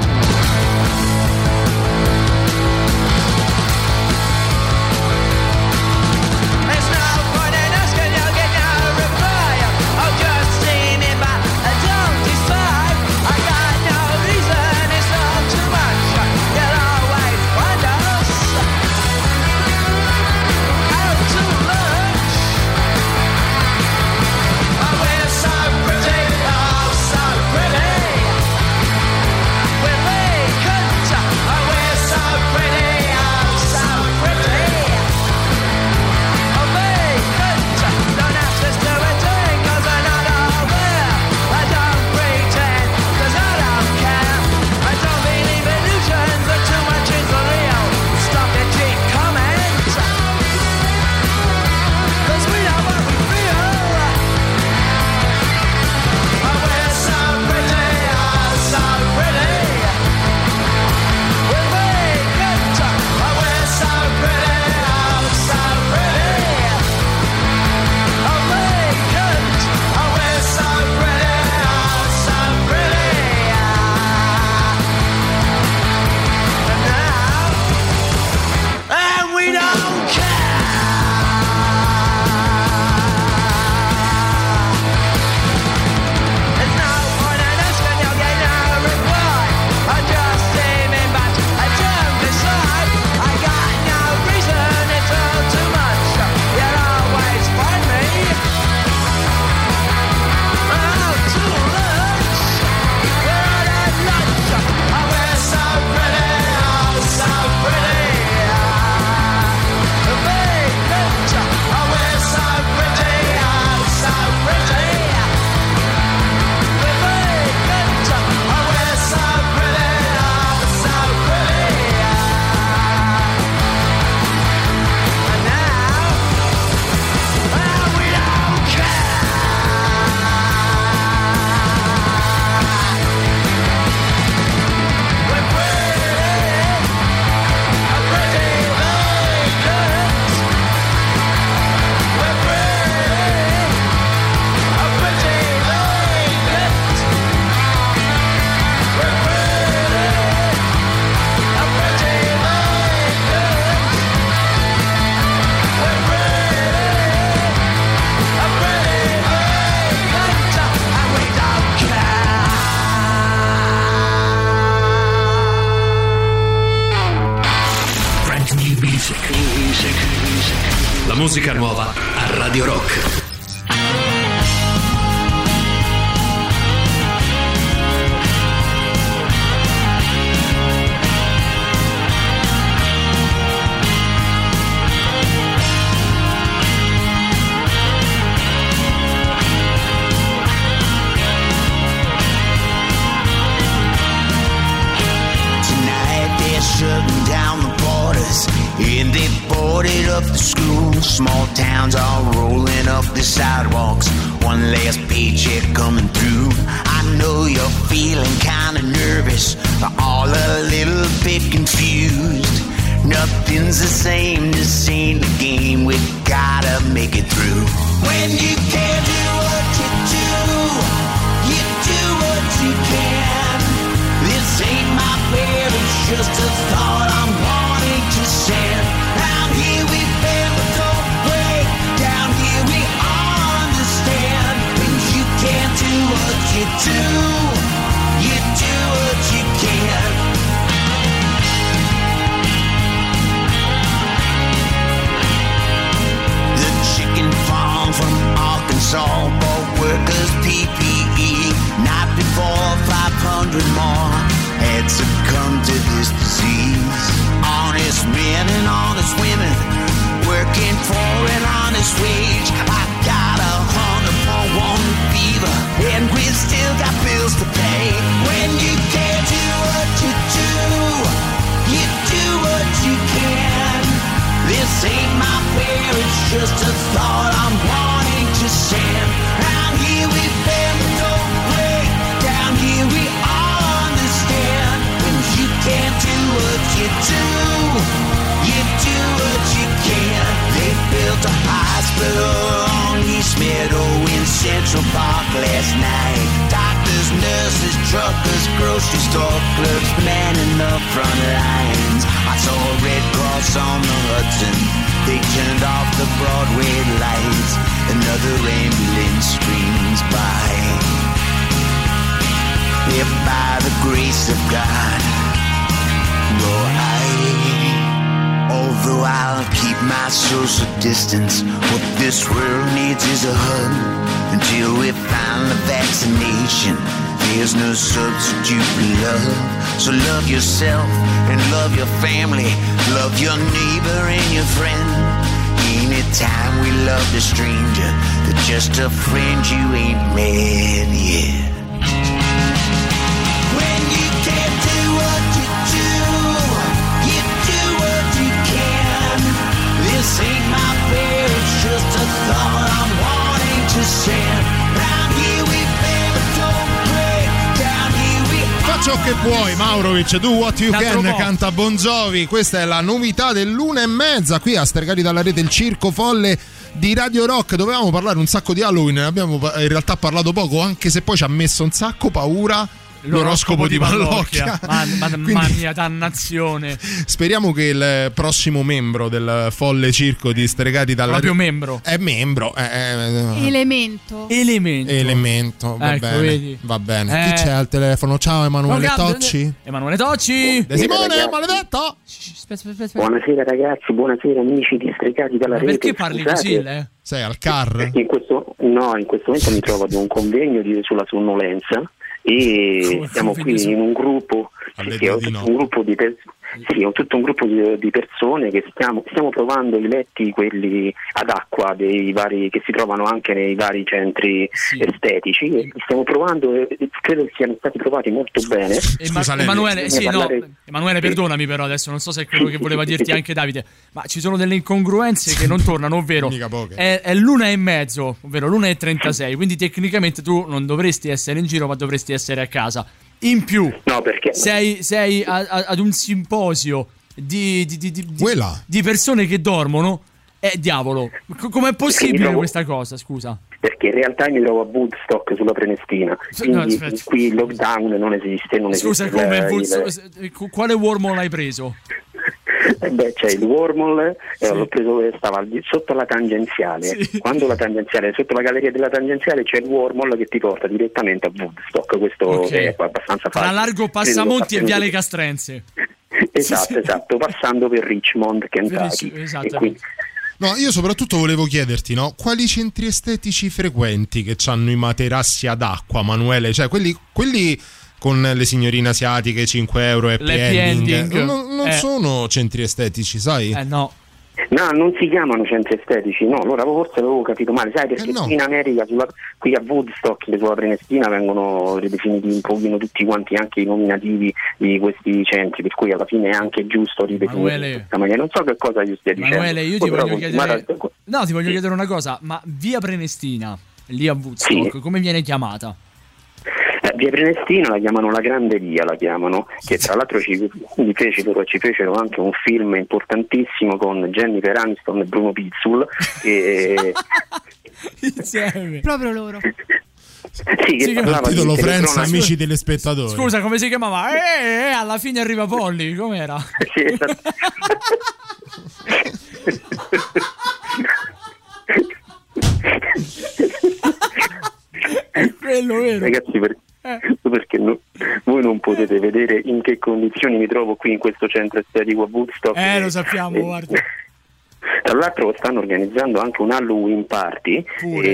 La musica nuova a Radio Rock. Tonight they're shutting down the borders. Small towns are rolling up the sidewalks, one last paycheck coming through. I know you're feeling kinda nervous, all a little bit confused. Nothing's the same, this ain't the game, we gotta make it through. When you can't do what you do, you do what you can. This ain't my prayer, it's just a thought I'm wanting to send. Down here we fail but don't break, down here we understand. When you can't do what you do, you do what you can. Farm from Arkansas bought workers P P E. Night before, five hundred more had succumbed to this disease. Honest men and honest women working for an honest wage. I got a hundred for one fever, and we still got bills to pay. When you can't do what you do, you do what you can. This ain't my prayer, it's just a thought I'm wanting to send. Down here we fail but don't break, down here we all understand. When you can't do what you do, you do what you can. They built a hospital on East Meadow in Central Park last night. Doctors, nurses, truckers, grocery store clerks manning the front lines. I saw a Red Cross on the Hudson, they turned off the Broadway lights. Another ambulance screams by. If by the grace of God, go I. Although I'll keep my social distance, what this world needs is a hug. Until we find the vaccination, there's no substitute for love. So love yourself and love your family, love your neighbor and your friend. Anytime we love a stranger, they're just a friend you ain't met yet. When you can't do what you do, you do what you can. This ain't my prayer, it's just a thought I'm wanting to send. Round here we fail but don't break, down here we Fa ciò che puoi, Maurovic, do what you can, canta Bon Jovi. Questa è la novità dell'una e mezza qui a Stregati dalla Rete, il circo folle di Radio Rock. Dovevamo parlare un sacco di Halloween, ne abbiamo in realtà parlato poco, anche se poi ci ha messo un sacco paura l'oroscopo di Pallocchia. Mamma ma mia, dannazione. Speriamo che il prossimo membro del folle circo di Stregati dalla proprio Rete membro è membro eh, eh, Elemento Elemento Elemento va ecco, bene vedi. Va bene Eh. Chi c'è al telefono? Ciao Emanuele No, Tocci. Emanuele Tocci. De Simone, ragazzi. maledetto. Aspetta, aspetta, aspetta. Buonasera ragazzi, buonasera amici di Stregati dalla Ma Rete. perché parli Scusate, così, lei? Sei al car? perché in questo, no, in questo momento mi trovo ad un convegno di, sulla sonnolenza e Come siamo convegno qui su- in un gruppo, Alle sì, due ho di tutto notte. un gruppo di per- sì, ho tutto un gruppo di, di persone che stiamo, stiamo provando i letti, quelli ad acqua dei vari, che si trovano anche nei vari centri estetici, e li stiamo provando e credo che siano stati provati molto bene. Ema- Emanuele, sì, no, parlare- Emanuele, perdonami però adesso, non so se è quello che voleva dirti anche Davide, ma ci sono delle incongruenze che non tornano, ovvero Mica poche. è, è l'una e mezzo, ovvero l'una e trentasei, quindi tecnicamente tu non dovresti essere in giro ma dovresti essere a casa. In più, no, perché sei, sei a- a- ad un simposio di, di, di, di, di, Quella. di persone che dormono. Eh, diavolo, co- com'è possibile trovo- questa cosa, scusa? Perché in realtà mi trovo a Woodstock sulla Prenestina, quindi no, aspetta. qui il lockdown non esiste, non Scusa, esiste come il- Woods- il- quale wormhole hai preso? Eh beh, c'è il wormhole, eh, l'ho preso, stava al di- sotto la tangenziale. Quando la tangenziale, sotto la galleria della tangenziale c'è il wormhole che ti porta direttamente a Woodstock. Questo Ok. è abbastanza Tra facile. Largo Credo Passamonti e lo Viale sappiate Castrense. tutti. Esatto, esatto, passando per Richmond, Kentucky. Verissimo, esatto. E quindi- No, io soprattutto volevo chiederti, no, quali centri estetici frequenti che hanno i materassi ad acqua, Manuele? Cioè, quelli, quelli con le signorine asiatiche, cinque euro e happy L'happy ending, ending. non, non Eh. sono centri estetici, sai? Eh no. No, non si chiamano centri estetici, no, allora forse avevo capito male, sai, perché Eh, no. qui in America, sulla- qui a Woodstock, sulla Prenestina, vengono ridefiniti un pochino tutti quanti anche i nominativi di questi centri, per cui alla fine è anche giusto ridefinire Emanuele. in questa maniera. Non so che cosa io stia dicendo. Emanuele, io ti Poi però voglio continuare chiedere. a- No, ti voglio chiedere una cosa, ma via Prenestina, lì a Woodstock, come viene chiamata? Eh, via Prenestina la chiamano la Grande Via, la chiamano, che tra l'altro ci, ci fecero, ci fecero anche un film importantissimo con Jennifer Aniston e Bruno Pizzul e, Insieme. Proprio loro. sì, che Sì, parlava di Titolo Friends, telecronache. amici telespettatori. Scusa, come si chiamava? Eh, eh, alla fine arriva Polly, com'era? Sì, esatto. È quello vero. Ragazzi, per- perché no- voi non potete vedere in che condizioni mi trovo qui in questo centro estetico a Woodstock. Eh, lo sappiamo, Eh, guarda. Tra l'altro stanno organizzando anche un Halloween party,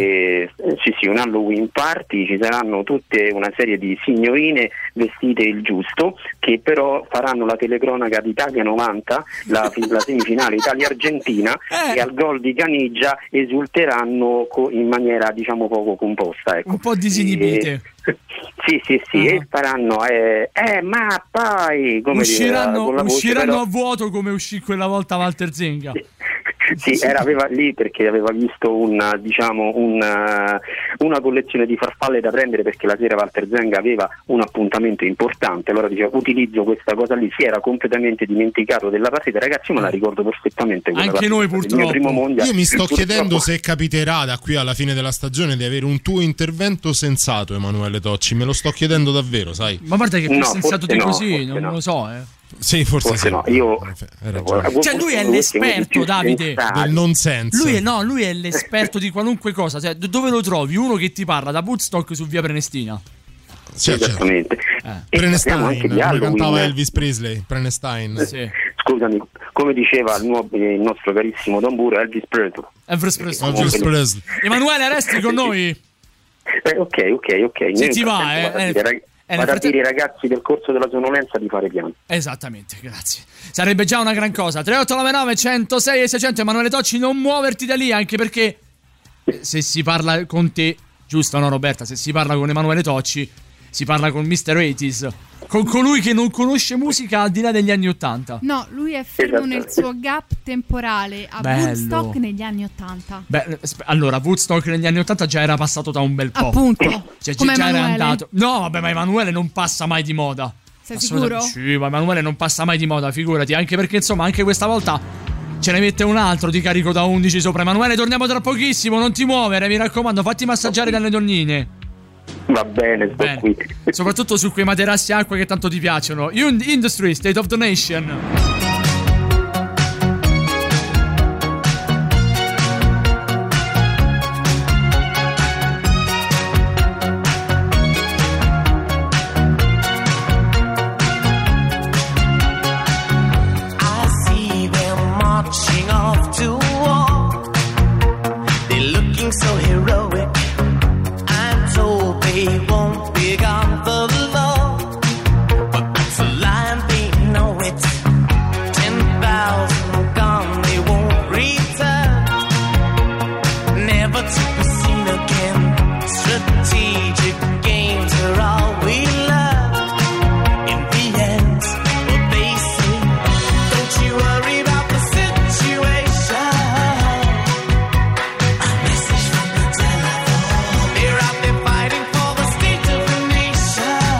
e, eh, sì sì, un Halloween party, ci saranno tutte una serie di signorine vestite il giusto, che però faranno la telecronaca d'Italia novanta, la, la semifinale Italia-Argentina, e al gol di Caniggia esulteranno co- in maniera diciamo poco composta. Ecco. Un po' disinibite. E- sì sì sì, e faranno eh, eh ma poi come dire, Usciranno, con la voce, usciranno però- a vuoto come uscì quella volta Walter Zenga. Sì, era, aveva lì perché aveva visto una, diciamo, una, una collezione di farfalle da prendere, perché la sera Walter Zenga aveva un appuntamento importante, allora diceva utilizzo questa cosa lì, si era completamente dimenticato della partita. Ragazzi, io me la ricordo perfettamente quella Anche partita, noi, il mio purtroppo. primo mondiale. Io mi sto Purtroppo- chiedendo se capiterà da qui alla fine della stagione di avere un tuo intervento sensato, Emanuele Tocci. Me lo sto chiedendo davvero, sai? Ma guarda che più No, sensato forse di no, così, forse non no. lo so, eh. Sì, forse, Forse sì. no, io Hai ragione. Cioè lui è l'esperto, Davide. Del nonsense. Lui è, no, lui è l'esperto di qualunque cosa. Cioè, d- dove lo trovi? Uno che ti parla da Woodstock su via Prenestina. Sì, esattamente. Eh. E parliamo anche Prenestein, di come Halloween. cantava Elvis Presley. Prenestein. Sì. Scusami, come diceva il, nuovo- il nostro carissimo Don Buro, Elvis Presley. Elvis Presley. Elvis Presley. Emanuele, resti con noi? Eh, ok, ok, ok. Se Nel ti va, frattempo eh, vado a eh, dire, rag- eh, vado nel a dire ai ragazzi del corso della sonnolenza di fare piano. Esattamente, grazie. Sarebbe già una gran cosa. tre otto nove nove uno zero sei e seicento. Emanuele Tocci, non muoverti da lì, anche perché eh, se si parla con te, giusto no Roberta, se si parla con Emanuele Tocci, si parla con mister ottanta, con colui che non conosce musica al di là degli anni ottanta. No, lui è fermo Esatto. nel suo gap temporale a Bello. Woodstock negli anni ottanta. Beh, sp- allora, Woodstock negli anni ottanta già era passato da un bel po'. Appunto. Cioè, Come già era Emanuele. andato. No, vabbè, ma Emanuele non passa mai di moda. Sei Assolutamente. sicuro? Sì, ma Emanuele non passa mai di moda, figurati. Anche perché, insomma, anche questa volta ce ne mette un altro di carico da undici sopra. Emanuele, torniamo tra pochissimo, non ti muovere, mi raccomando, fatti massaggiare dalle donnine. Va bene, sto Bene. qui. Soprattutto su quei materassi acqua che tanto ti piacciono. Und- Industry, State of the Nation. I see them marching off to war. They're looking so heroic. I'm told they won't be gone for long, but that's a lie and they know it. Ten thousand gone, they won't return, never to be seen again. Strategic games are all we learn. In the end, what they say, don't you worry about the situation. A message from the telephone. They're out there fighting for the state of the nation.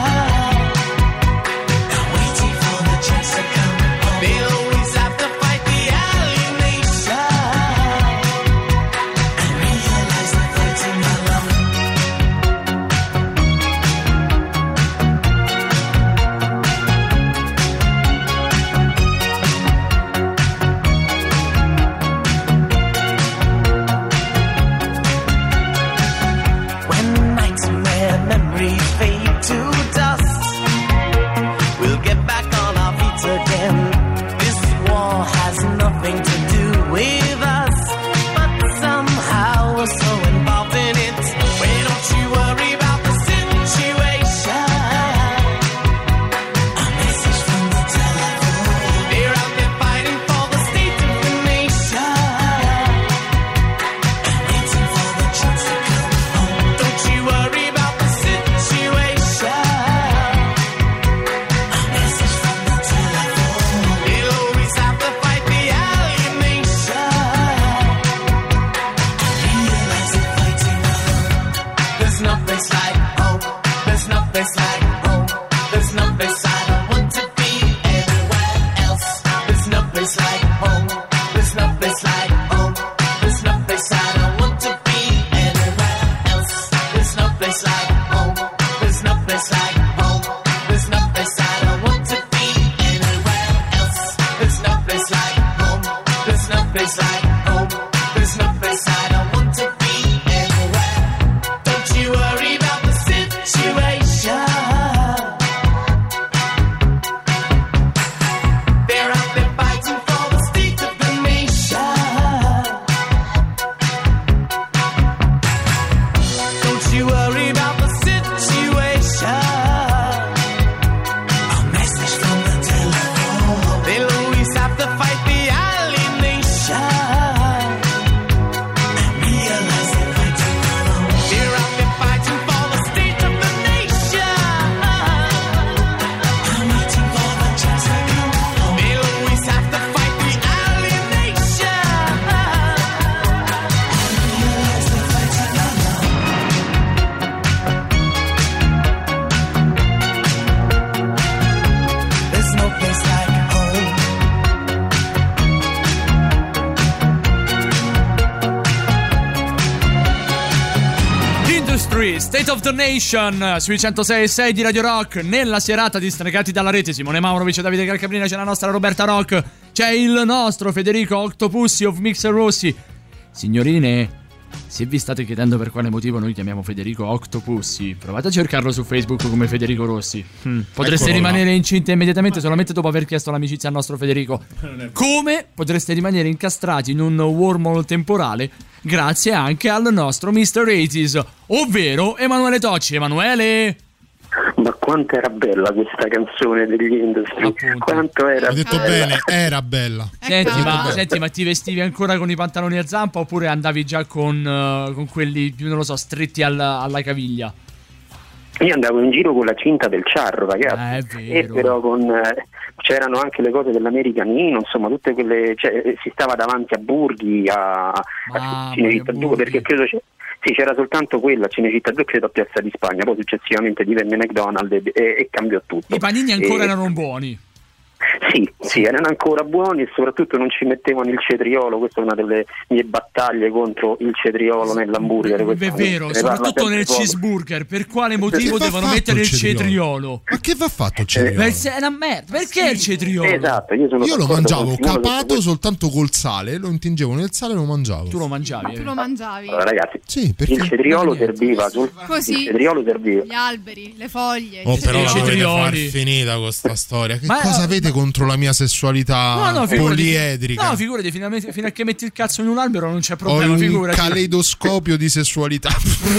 State of the Nation sui centosei e sei di Radio Rock. Nella serata di Stregati dalla Rete, Simone Maurovic, Davide Calcabrina, c'è la nostra Roberta Rock, c'è il nostro Federico Octopussy of Mixer Rossi. Signorine, se vi state chiedendo per quale motivo noi chiamiamo Federico Octopussy, provate a cercarlo su Facebook come Federico Rossi. hmm. Potreste Eccolo rimanere là. incinte immediatamente solamente dopo aver chiesto l'amicizia al nostro Federico. Come potreste rimanere incastrati in un wormhole temporale grazie anche al nostro mister ottanta, ovvero Emanuele Tocci. Emanuele, ma quanto era bella questa canzone degli Industry. Appunto. Quanto era Ho detto bella. bene, era bella. Senti ma, senti, ma ti vestivi ancora con i pantaloni a zampa oppure andavi già con, uh, con quelli più, non lo so, stretti alla, alla caviglia? Io andavo in giro con la cinta del Ciarro, ragazzi. Ah, è vero. E però con eh, c'erano anche le cose dell'Americanino, insomma, tutte quelle, cioè, si stava davanti a Burghi, a, a Cinecittà due, perché credo c'è, sì, c'era soltanto quella Cinecittà due, credo a Piazza di Spagna, poi successivamente divenne McDonald's e, e, e cambiò tutto. I panini ancora e, erano buoni. Sì, sì, erano ancora buoni e soprattutto non ci mettevano il cetriolo. Questa è una delle mie battaglie contro il cetriolo nell'hamburger. È vero, soprattutto nel poco. cheeseburger. Per quale motivo devono mettere il cetriolo? cetriolo? Ma che va fatto il cetriolo? Eh, è una merda. Perché sì. il cetriolo? Esatto, io, sono io lo mangiavo capato soltanto col sale, lo intingevo nel sale e lo mangiavo. Tu lo mangiavi? Tu lo mangiavi? Allora, ragazzi, sì, il cetriolo serviva sul Così, il cetriolo serviva. Gli alberi, le foglie. Oh, però la dovete far cetrioli. finita questa storia. Che Ma cosa è... avete contro la mia sessualità no, no, poliedrica? No, figurati, fino a, fino a che metti il cazzo in un albero non c'è problema. Ho un figurati. caleidoscopio di sessualità.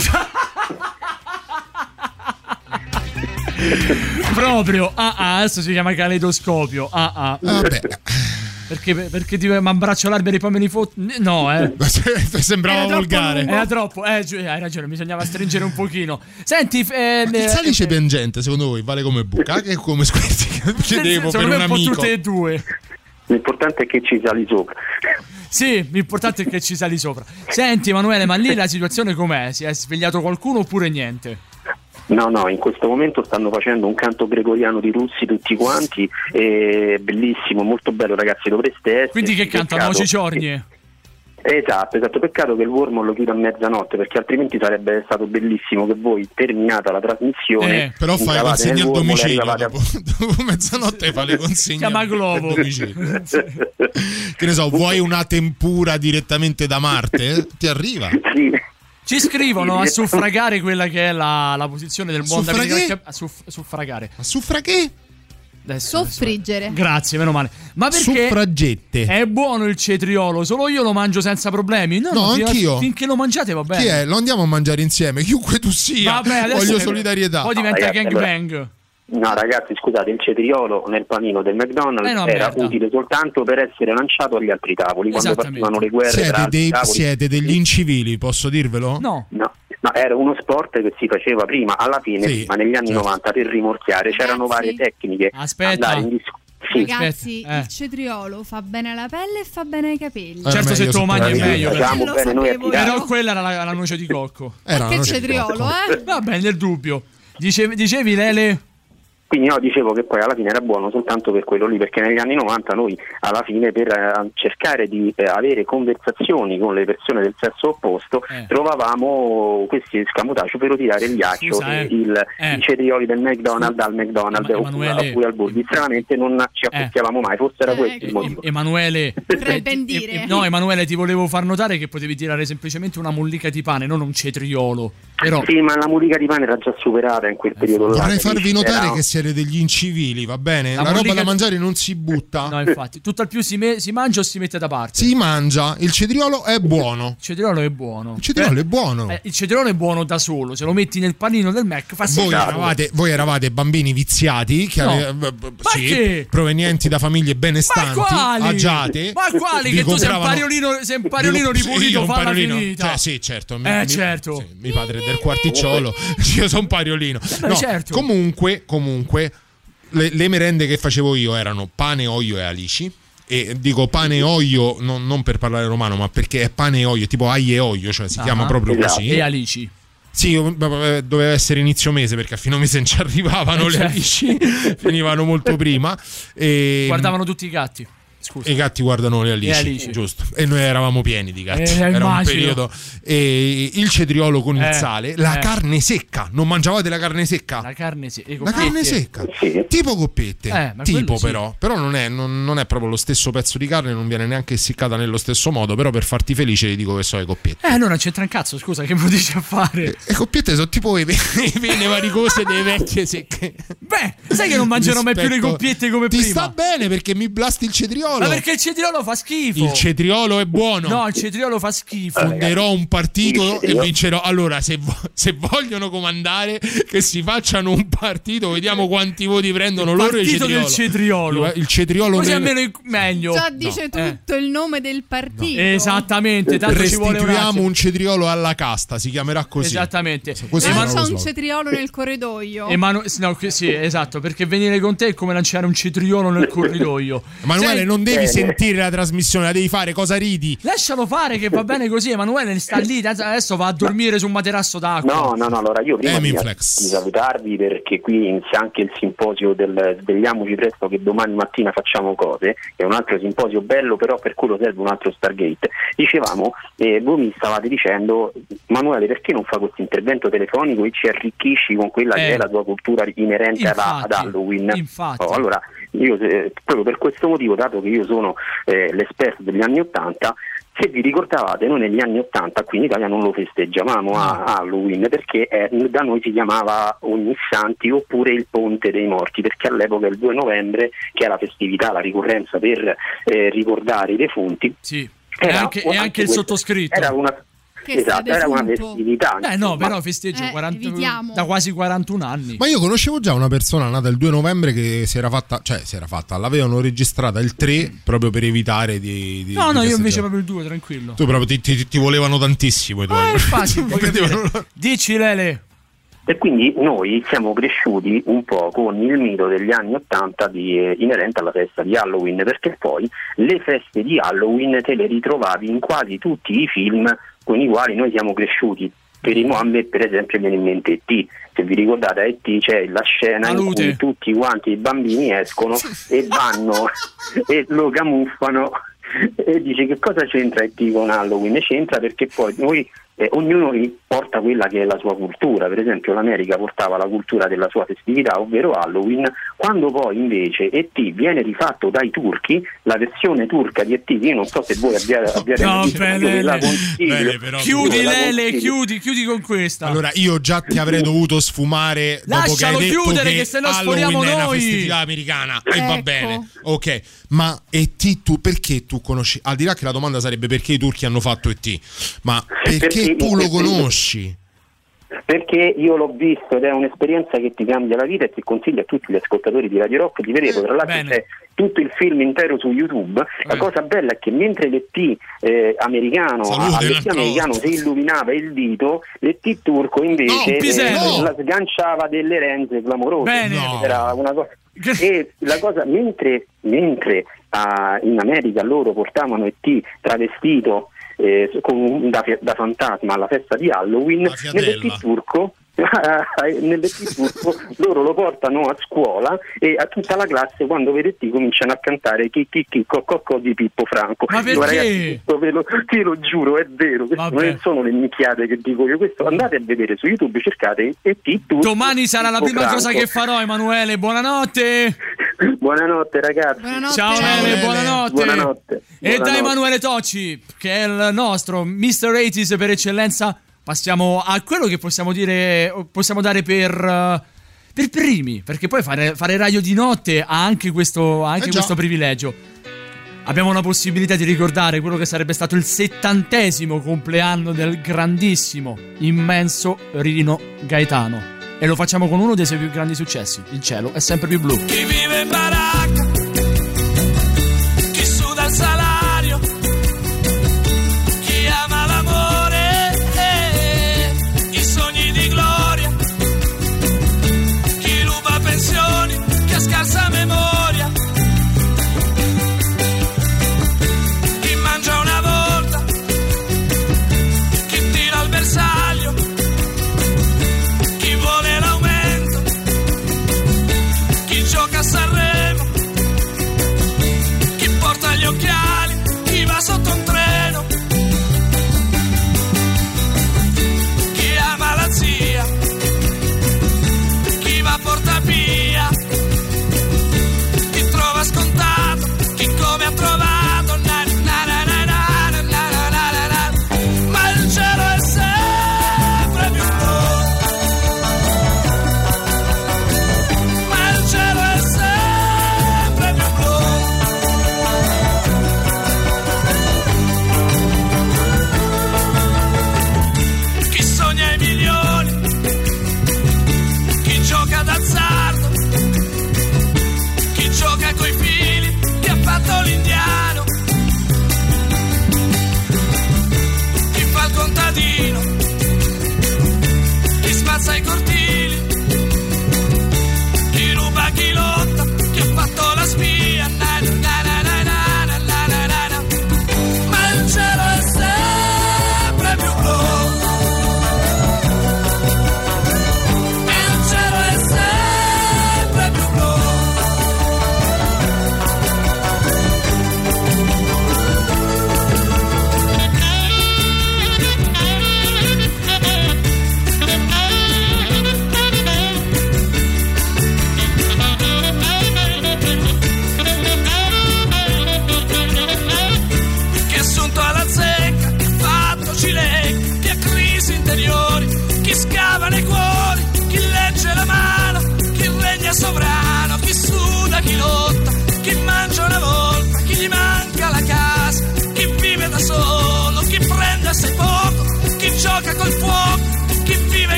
Proprio ah ah, adesso si chiama caleidoscopio. Ah ah. Vabbè. Perché, perché ti ma abbraccio l'albero e poi me li fotto? No, eh. Sembrava era volgare. Era troppo, eh, hai ragione, bisognava stringere un pochino. Senti, eh, ma il salice eh, piangente, secondo voi, vale come buca? Che come squirti? Chiedevo per un amico. Un po' tutte e due. L'importante è che ci sali sopra. Sì, l'importante è che ci sali sopra. Senti Emanuele, ma lì la situazione com'è? Si è svegliato qualcuno oppure niente? No, no, in questo momento stanno facendo un canto gregoriano di Russi tutti quanti, è bellissimo, molto bello, ragazzi, dovreste essere. Quindi che cantano Ciciornie? Esatto, esatto, peccato che il wormhole lo chiuda a mezzanotte, perché altrimenti sarebbe stato bellissimo che voi, terminata la trasmissione, eh, però fai consegne a domicilio dopo, a... dopo mezzanotte fai le consegne chiama Globo. Che ne so, vuoi una tempura direttamente da Marte? Ti arriva? Sì. Ci scrivono a suffragare quella che è la, la posizione del buon Davide. A suff, suffragare. A suffraghe? Adesso, Soffriggere. adesso. Grazie, meno male. Ma perché suffragette. È buono il cetriolo, solo io lo mangio senza problemi. No, no, no anch'io. Finché lo mangiate va bene. Chi è? Lo andiamo a mangiare insieme, chiunque tu sia. Vabbè, voglio solidarietà. Poi diventa no, gangbang. Allora... No ragazzi, scusate, il cetriolo nel panino del McDonald's era merda. utile soltanto per essere lanciato agli altri tavoli quando partivano le guerre. Siete, tra dei, tavoli. siete degli incivili, posso dirvelo? No. No, no, era uno sport che si faceva prima, alla fine, sì, ma negli anni certo. novanta per rimorchiare c'erano varie tecniche. Aspetta. In dis- sì. Ragazzi, eh. il cetriolo fa bene alla pelle e fa bene ai capelli. Eh, certo, se tu lo mangi è meglio. Facciamo Lo bene noi a sapevo, tirare. Però quella era la, la noce di cocco. Era che cetriolo, eh? Va bene, nel dubbio. Dicevi, dicevi Lele? Quindi no, dicevo che poi alla fine era buono soltanto per quello lì, perché negli anni novanta noi alla fine per eh, cercare di eh, avere conversazioni con le persone del sesso opposto eh. trovavamo questi escamotage per tirare il ghiaccio, Scusa, eh. il, eh. i cetrioli del McDonald's al McDonald's Ema- oppure, Emanuele. oppure al Burger. Stranamente non ci accoppiavamo mai, forse era Eh, questo il motivo. Emanuele, Potrei eh, ben ti- dire. eh, no Emanuele, ti volevo far notare che potevi tirare semplicemente una mollica di pane, non un cetriolo. Però Sì, ma la mollica di pane era già superata in quel periodo là. Vorrei farvi notare Era- che siete degli incivili, va bene? La La, roba mollica- da mangiare non si butta. no, infatti, tutt'al più si, me- si mangia o si mette da parte. Si mangia, il cetriolo è buono. Il cetriolo è buono. Il cetriolo Eh, è buono. eh, il cetriolo è buono da solo, se lo metti nel panino del Mac fa Voi schifo. eravate, voi eravate bambini viziati che No. ave- b- b- Ma sì, che? provenienti da famiglie benestanti, Ma quali? agiate. Ma quali? Vi Che tu sei un compravano- pariolino, sei un pariolino Dico- sì, ripulito, io un falla pariolino. finita. Cioè, sì, certo. Mi, Eh, mi- certo. sì, mio padre è del quarticciolo. Io sono un pariolino. beh, No, certo. Comunque, comunque le, le merende che facevo io erano pane, olio e alici. E dico pane e olio non, non per parlare romano, ma perché è pane e olio, tipo aglio e olio, cioè si Ah, chiama proprio così. E alici. Sì, doveva essere inizio mese perché a fine mese non ci arrivavano Eh, le certo. alici, finivano molto prima. E... Guardavano tutti i gatti. scusa. I gatti guardano le alici, Le alici. giusto. E noi eravamo pieni di gatti. Eh, Era un immagino. periodo. E il cetriolo con il Eh, sale, la eh. carne secca. Non mangiavate la carne secca? La carne sì. La carne secca, tipo coppette, Eh, ma tipo quello sì. però, però non è, non, non è proprio lo stesso pezzo di carne, non viene neanche essiccata nello stesso modo. Però per farti felice ti dico che so le coppette. Eh, no, non c'entra un cazzo, scusa, che mi dici a fare? Le coppette sono tipo le vene varicose delle vecchie secche. Beh, sai che non mangerò mai più le Rispetto- coppiette come Ti prima? sta bene perché mi blasti il cetriolo. Ma perché il cetriolo fa schifo? Il cetriolo è buono. No, il cetriolo fa schifo. Fonderò un partito Il e cetriolo- vincerò. Allora, se, vo- se vogliono comandare, che si facciano un partito, vediamo quanti voti prendono Il loro. Il partito cetriolo. del cetriolo. Il, il cetriolo Così nel- almeno è meglio. Già dice No. tutto il nome del partito. Esattamente, tanto ci vuole un Restituiamo attimo. un cetriolo alla casta, si chiamerà così. Esattamente. Questo Ma è c'è lo un slogan. cetriolo nel corridoio. Emanu- no, che- sì, esatto, perché venire con te è come lanciare un cetriolo nel corridoio. Emanuele, Sei- non devi Bene. sentire la trasmissione, la devi fare. Cosa ridi? Lascialo fare che va bene così. Emanuele sta lì, adesso va a dormire su un materasso d'acqua. No, no, no, allora io prima di, di salutarvi, perché qui inizia anche il simposio del Svegliamoci presto che domani mattina facciamo cose, è un altro simposio bello, però per quello serve un altro Stargate. Dicevamo, eh, voi mi stavate dicendo, Emanuele, perché non fa questo intervento telefonico e ci arricchisci con quella Eh. che è la tua cultura inerente alla- ad Halloween? Infatti. Oh, allora, io eh, proprio per questo motivo, dato che io sono eh, l'esperto degli anni Ottanta, se vi ricordavate, noi negli anni Ottanta qui in Italia non lo festeggiavamo a Halloween, perché eh, da noi si chiamava Ognissanti oppure il Ponte dei Morti, perché all'epoca il due novembre, che è la festività, la ricorrenza per eh, ricordare i defunti, Sì. era e anche, e anche il questo- sottoscritto. era una, Che sta esatto, era una defunto. festività. Eh no, insomma. però festeggio Eh, quaranta evitiamo. da quasi quarantuno anni. Ma io conoscevo già una persona nata il due novembre che si era fatta, cioè si era fatta, l'avevano registrata il tre proprio per evitare di, di No, di no, io invece festeggiare. proprio il due, tranquillo. Tu proprio ti, ti- ti volevano tantissimo i tuoi. Ah, infatti, voglio capire. Dici Lele. E quindi noi siamo cresciuti un po' con il mito degli anni Ottanta di, eh, inerente alla festa di Halloween, perché poi le feste di Halloween te le ritrovavi in quasi tutti i film con i quali noi siamo cresciuti. Per a me per esempio viene in mente E T. Se vi ricordate, a E T c'è la scena Salute. in cui tutti quanti i bambini escono e vanno e lo camuffano e dice: che cosa c'entra E T con Halloween? C'entra perché poi noi eh, ognuno porta quella che è la sua cultura. Per esempio l'America portava la cultura della sua festività, ovvero Halloween, quando poi invece E T viene rifatto dai turchi, la versione turca di E T, io non so se voi abbiate, abbiate No, visto, bene, io ve la Lele. consiglio. Bene, però- Chiudi Io ve la Lele, consiglio. chiudi, chiudi con questa. Allora io già ti avrei dovuto sfumare dopo Lascialo che hai detto chiudere, che, che se no Halloween sforiamo è una noi. festività americana e va Ecco. bene. Ok, ma E T tu perché tu conosci? Al di là che la domanda sarebbe perché i turchi hanno fatto E T, ma perché, Perché- tu lo perché- conosci? Perché io l'ho visto ed è un'esperienza che ti cambia la vita e ti consiglio a tutti gli ascoltatori di Radio Rock di vederlo. Tra l'altro bene. c'è tutto il film intero su YouTube. La Eh. cosa bella è che mentre l'E T eh, americano, Salute, all'E T un'altra americano volta. si illuminava il dito, l'E T turco invece No, eh, pisello. la sganciava delle renze clamorose. Bene. No. Era una cosa. E la cosa, mentre, mentre ah, in America loro portavano E T travestito eh, con- da, da fantasma alla festa di Halloween, La fiatella. nell'E T turco nell'E T turco loro lo portano a scuola e a tutta la classe quando vede T cominciano a cantare chi chi chi co co co di Pippo Franco. Ma Dico, perché? ragazzi, questo ve lo, ve lo giuro, è vero, queste Vabbè. non sono le nicchiate che dico io, questo andate a vedere su YouTube, cercate E T turco. Domani sarà la Pippo prima cosa Franco. che farò, Emanuele. Buonanotte. Buonanotte ragazzi. Buonanotte. Ciao Lele, Lele. buonanotte. Buonanotte. E da Buonanotte. Emanuele Tocci, che è il nostro mister ottanta per eccellenza, passiamo a quello che possiamo dire, possiamo dare per, eh, per primi, perché poi fare, fare radio di notte ha anche questo, ha anche Eh già. questo privilegio. Abbiamo la possibilità di ricordare quello che sarebbe stato il settantesimo compleanno del grandissimo, immenso Rino Gaetano. E lo facciamo con uno dei suoi più grandi successi, Il cielo è sempre più blu. Chi vive in baracca, chi suda il salario, chi ama l'amore, eh, i sogni di gloria, chi ruba pensioni, chi ha scarsa memoria, chi mangia una volta, chi tira al bersaglio, chi vuole l'aumento, chi gioca a Sanremo, chi porta gli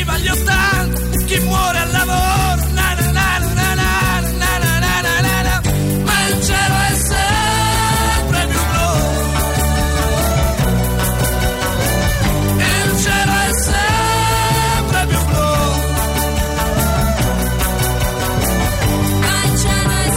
viva gli ottanta, chi muore al lavoro, na na na na na na na na na na na, ma il cielo è sempre più blu, il cielo è sempre più blu, ma il cielo è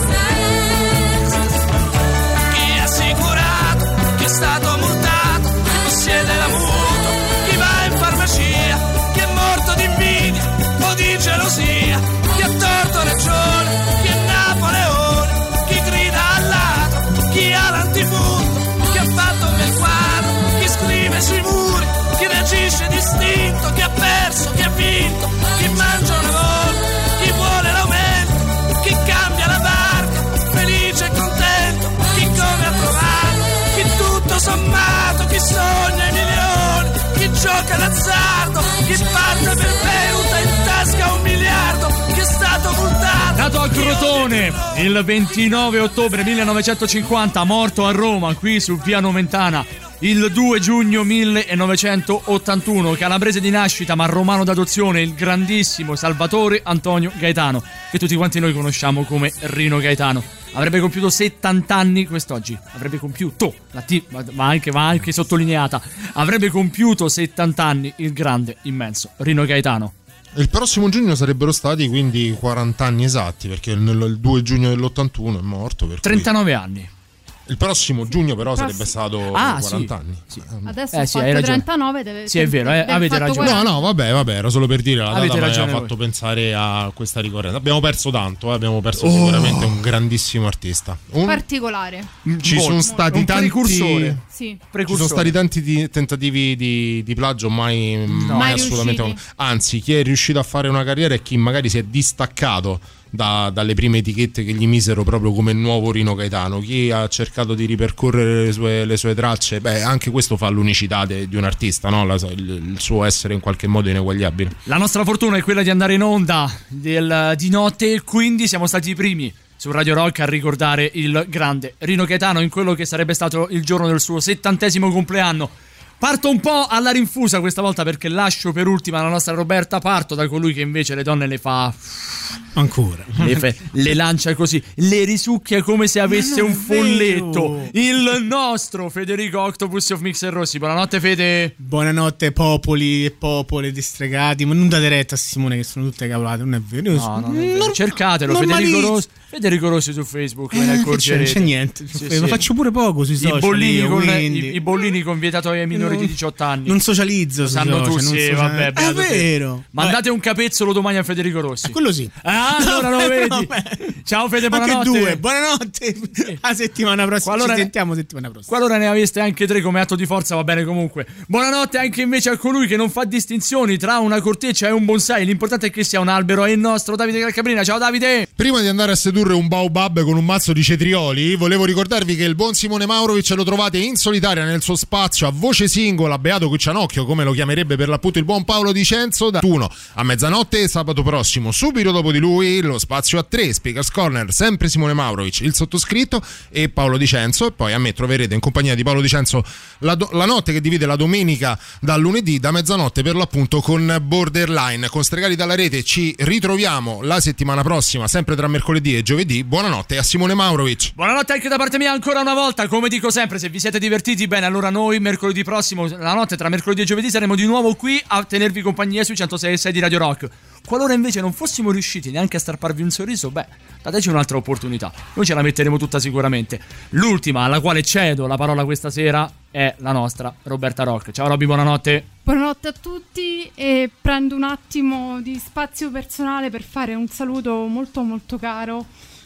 sempre più blu. Chi è assicurato, chi è stato multato, possiede la mutua, chi va in farmacia, chi è morto di invidia o di gelosia, chi ha torto ragione, chi è Napoleone, chi grida al ladro, chi ha l'antifurto, chi ha fatto quel quadro, chi scrive sui muri, chi reagisce distinto, chi ha perso, chi ha vinto, chi mangia una volta, chi vuole l'aumento, chi cambia la barca, felice e contento, chi come ha trovato, chi tutto sommato, chi sogna i milioni, chi gioca d'azzardo, chi parte per Beuta in tasca un miliardo, chi è stato multato. Nato a Crotone il ventinove ottobre millenovecentocinquanta, morto a Roma qui su via Nomentana il due giugno millenovecentottantuno, calabrese di nascita ma romano d'adozione, il grandissimo Salvatore Antonio Gaetano, che tutti quanti noi conosciamo come Rino Gaetano. Avrebbe compiuto settanta anni quest'oggi, avrebbe compiuto, la T va anche, va anche sottolineata, avrebbe compiuto settanta anni il grande, immenso Rino Gaetano. Il prossimo giugno sarebbero stati quindi quaranta anni esatti, perché nel, il due giugno dell'ottantuno è morto. Per trentanove cui... anni. Il prossimo giugno però Prossimo. sarebbe stato Ah, quaranta sì. anni. Sì. Adesso Eh, ho sì, fatto hai ragione. trentanove, deve Sì, è vero, eh, deve avete fatto ragione. No, no, vabbè, vabbè, era solo per dire, la Avete data mi ragione aveva voi. fatto pensare a questa ricorrenza. Abbiamo perso tanto, eh, abbiamo perso Oh. sicuramente un grandissimo artista. Un... particolare. Ci Molto. sono stati Un tanti precursore. Sì. Ci sono Precursore. stati tanti di- tentativi di, di plagio, mai, mai Mai assolutamente. riusciti. Anzi, chi è riuscito a fare una carriera è chi magari si è distaccato da- dalle prime etichette che gli misero proprio come nuovo Rino Gaetano. Chi ha cercato di ripercorrere le sue, le sue tracce, beh, anche questo fa l'unicità de- di un artista, no? La- il, il suo essere in qualche modo ineguagliabile. La nostra fortuna è quella di andare in onda del, di notte, e quindi siamo stati i primi su Radio Rock a ricordare il grande Rino Gaetano in quello che sarebbe stato il giorno del suo settantesimo compleanno. Parto un po' alla rinfusa questa volta, perché lascio per ultima la nostra Roberta. Parto da colui che invece le donne le fa ancora, le, fe- le lancia così, le risucchia come se avesse un folletto. Il nostro Federico Octopus of Mixer Rossi. Buonanotte Fede. Buonanotte popoli e popole distregati. Ma non date retta a Simone, che sono tutte cavolate, non è vero. Io No, sono- no, non è vero. Cercatelo, normalizzo. Federico Rossi. Federico Rossi su Facebook, ve ne Eh, che c'è, accorgerete. non c'è niente. Sì, Ma sì. faccio pure poco sui I social. bollini, io, con, quindi. i, i bollini con vietato ai minori di diciotto anni. Non socializzo Lo sui sanno social, tutti, non sì, social- vabbè, È beato te. vero. Mandate un capezzolo domani a Federico Rossi. Quello sì. Ah, allora lo vedi. Ciao Fede, Ma che buonanotte. due, buonanotte. A settimana prossima. Qualora Ci ne- sentiamo settimana prossima. Qualora ne aveste anche tre come atto di forza, va bene comunque. Buonanotte anche invece a colui che non fa distinzioni tra una corteccia e un bonsai. L'importante è che sia un albero. È il nostro Davide Calcabrina. Ciao Davide. Prima di andare a sedurre un baobab con un mazzo di cetrioli, volevo ricordarvi che il buon Simone Maurovic lo trovate in solitaria nel suo spazio a voce singola, Beato Cuccianocchio, come lo chiamerebbe per l'appunto il buon Paolo Dicenzo, da uno a mezzanotte sabato prossimo. Subito dopo di lui lo spazio a tre, Speakers Corner, sempre Simone Maurovic, il sottoscritto e Paolo Dicenzo, e poi a me troverete in compagnia di Paolo Dicenzo la, do- la notte che divide la domenica dal lunedì, da mezzanotte per l'appunto con Borderline. Con Stregati dalla Rete ci ritroviamo la settimana prossima, sempre tra mercoledì e giovedì. Buonanotte a Simone Maurovic. Buonanotte anche da parte mia ancora una volta. Come dico sempre, se vi siete divertiti bene, allora noi mercoledì prossimo, la notte tra mercoledì e giovedì, saremo di nuovo qui a tenervi compagnia sui centosei e sei di Radio Rock. Qualora invece non fossimo riusciti neanche a strapparvi un sorriso, beh, dateci un'altra opportunità. Noi ce la metteremo tutta sicuramente. L'ultima alla quale cedo la parola questa sera è la nostra Roberta Rock. Ciao Robby, buonanotte. Buonanotte a tutti, e prendo un attimo di spazio personale per fare un saluto molto molto caro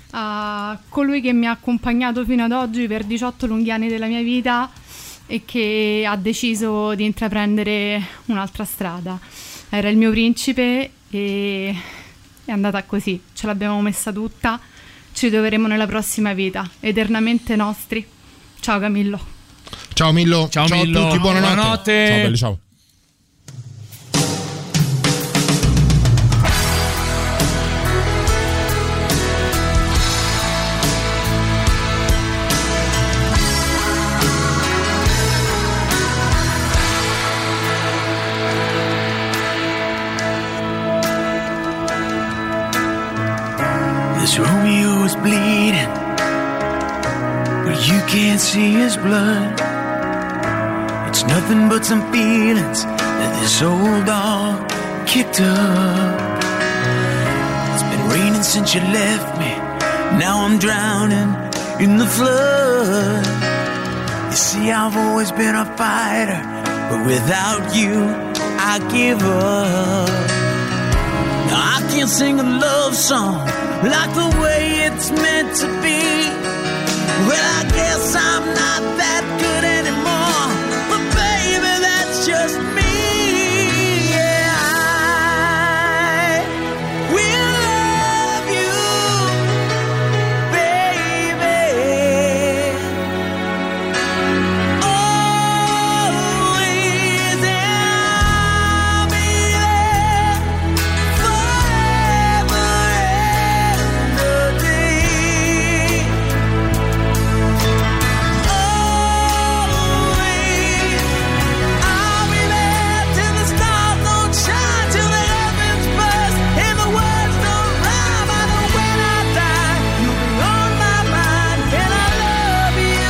a colui che mi ha accompagnato fino ad oggi per diciotto lunghi anni della mia vita e che ha deciso di intraprendere un'altra strada. Era il mio principe e è andata così, ce l'abbiamo messa tutta, ci troveremo nella prossima vita, eternamente nostri. Ciao Camillo. Ciao Millo. Ciao, ciao Millo. a tutti, buonanotte. Buonanotte. Ciao belli, ciao. 'Cause Romeo is bleeding, but you can't see his blood. It's nothing but some feelings that this old dog kicked up. It's been raining since you left me, now I'm drowning in the flood. You see, I've always been a fighter, but without you, I give up. Now I can't sing a love song like the way it's meant to be. Well, I guess I'm not that good anymore, but baby, that's just me. Yeah, I will love you, baby, always, and I'll be there forever and a day. Always, I'll be there till the stars don't shine, till the heavens burst and the words don't rhyme. I know when I die, you'll be on my mind, and I love you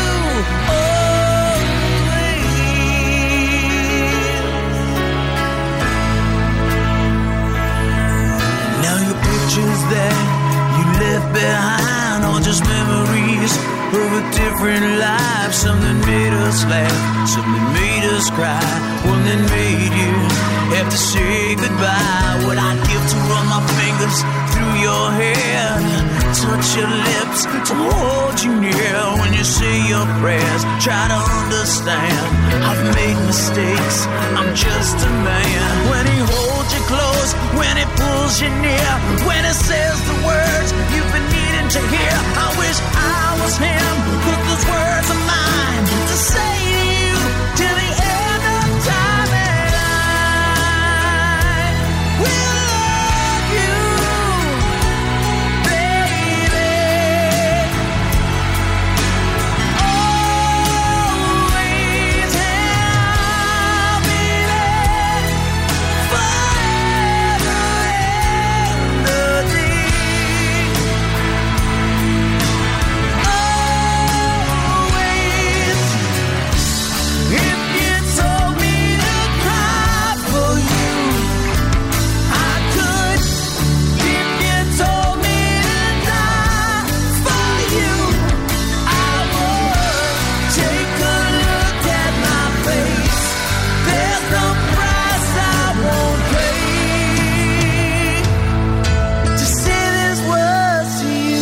always. Now your pictures that you left behind are just memories of a different life. Something made us laugh, something made us cry, one that made you have to say goodbye. What I'd give to run my fingers through your hair, touch your lips, to hold you near when you say your prayers. Try to understand, I've made mistakes, I'm just a man. When he holds you close, when he pulls you near, when he says the words you've been needing to hear, I wish I was him, but those words are mine to say to you till the end of time, and I will love you, baby, always, and I'll be there forever and a day. Always, if you told me to cry for you, I could. If you told me to die for you, I would. Take a look at my face, there's no price I won't pay to say these words to you.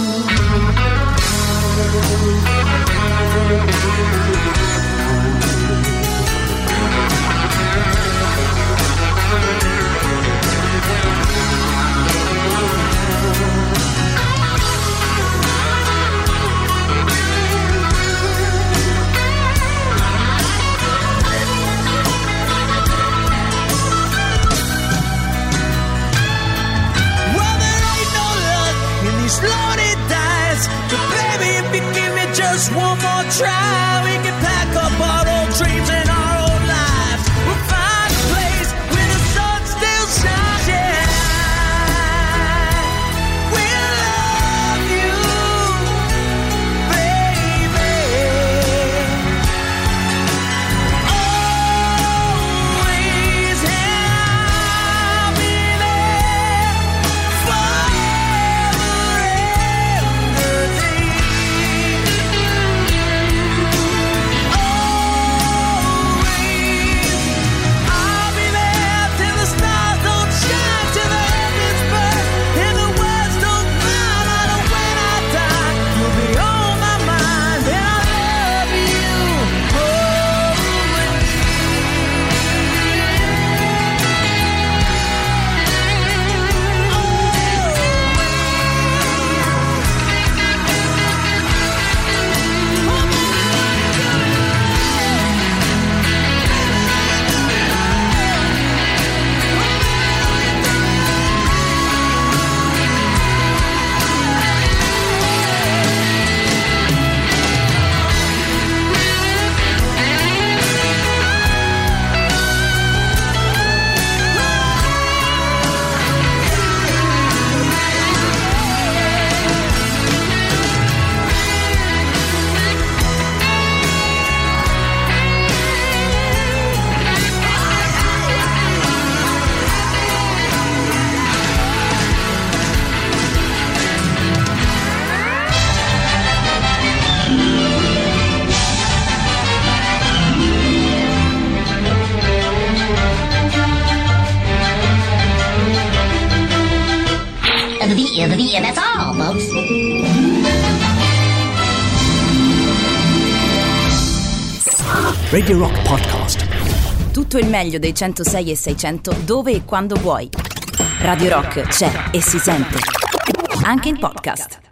Well, there ain't no luck in these lonely days, but baby, if you give me just one more try, we can pack up our old dreams and our old lives. We'll find a place where the sun still shines. Yeah, we'll love you, baby, always, and I'll be there forever and a day. of the V, and that's all, folks. Radio Rock Podcast. Tutto il meglio dei centosei e seicento dove e quando vuoi. Radio Rock c'è e si sente. Anche in podcast.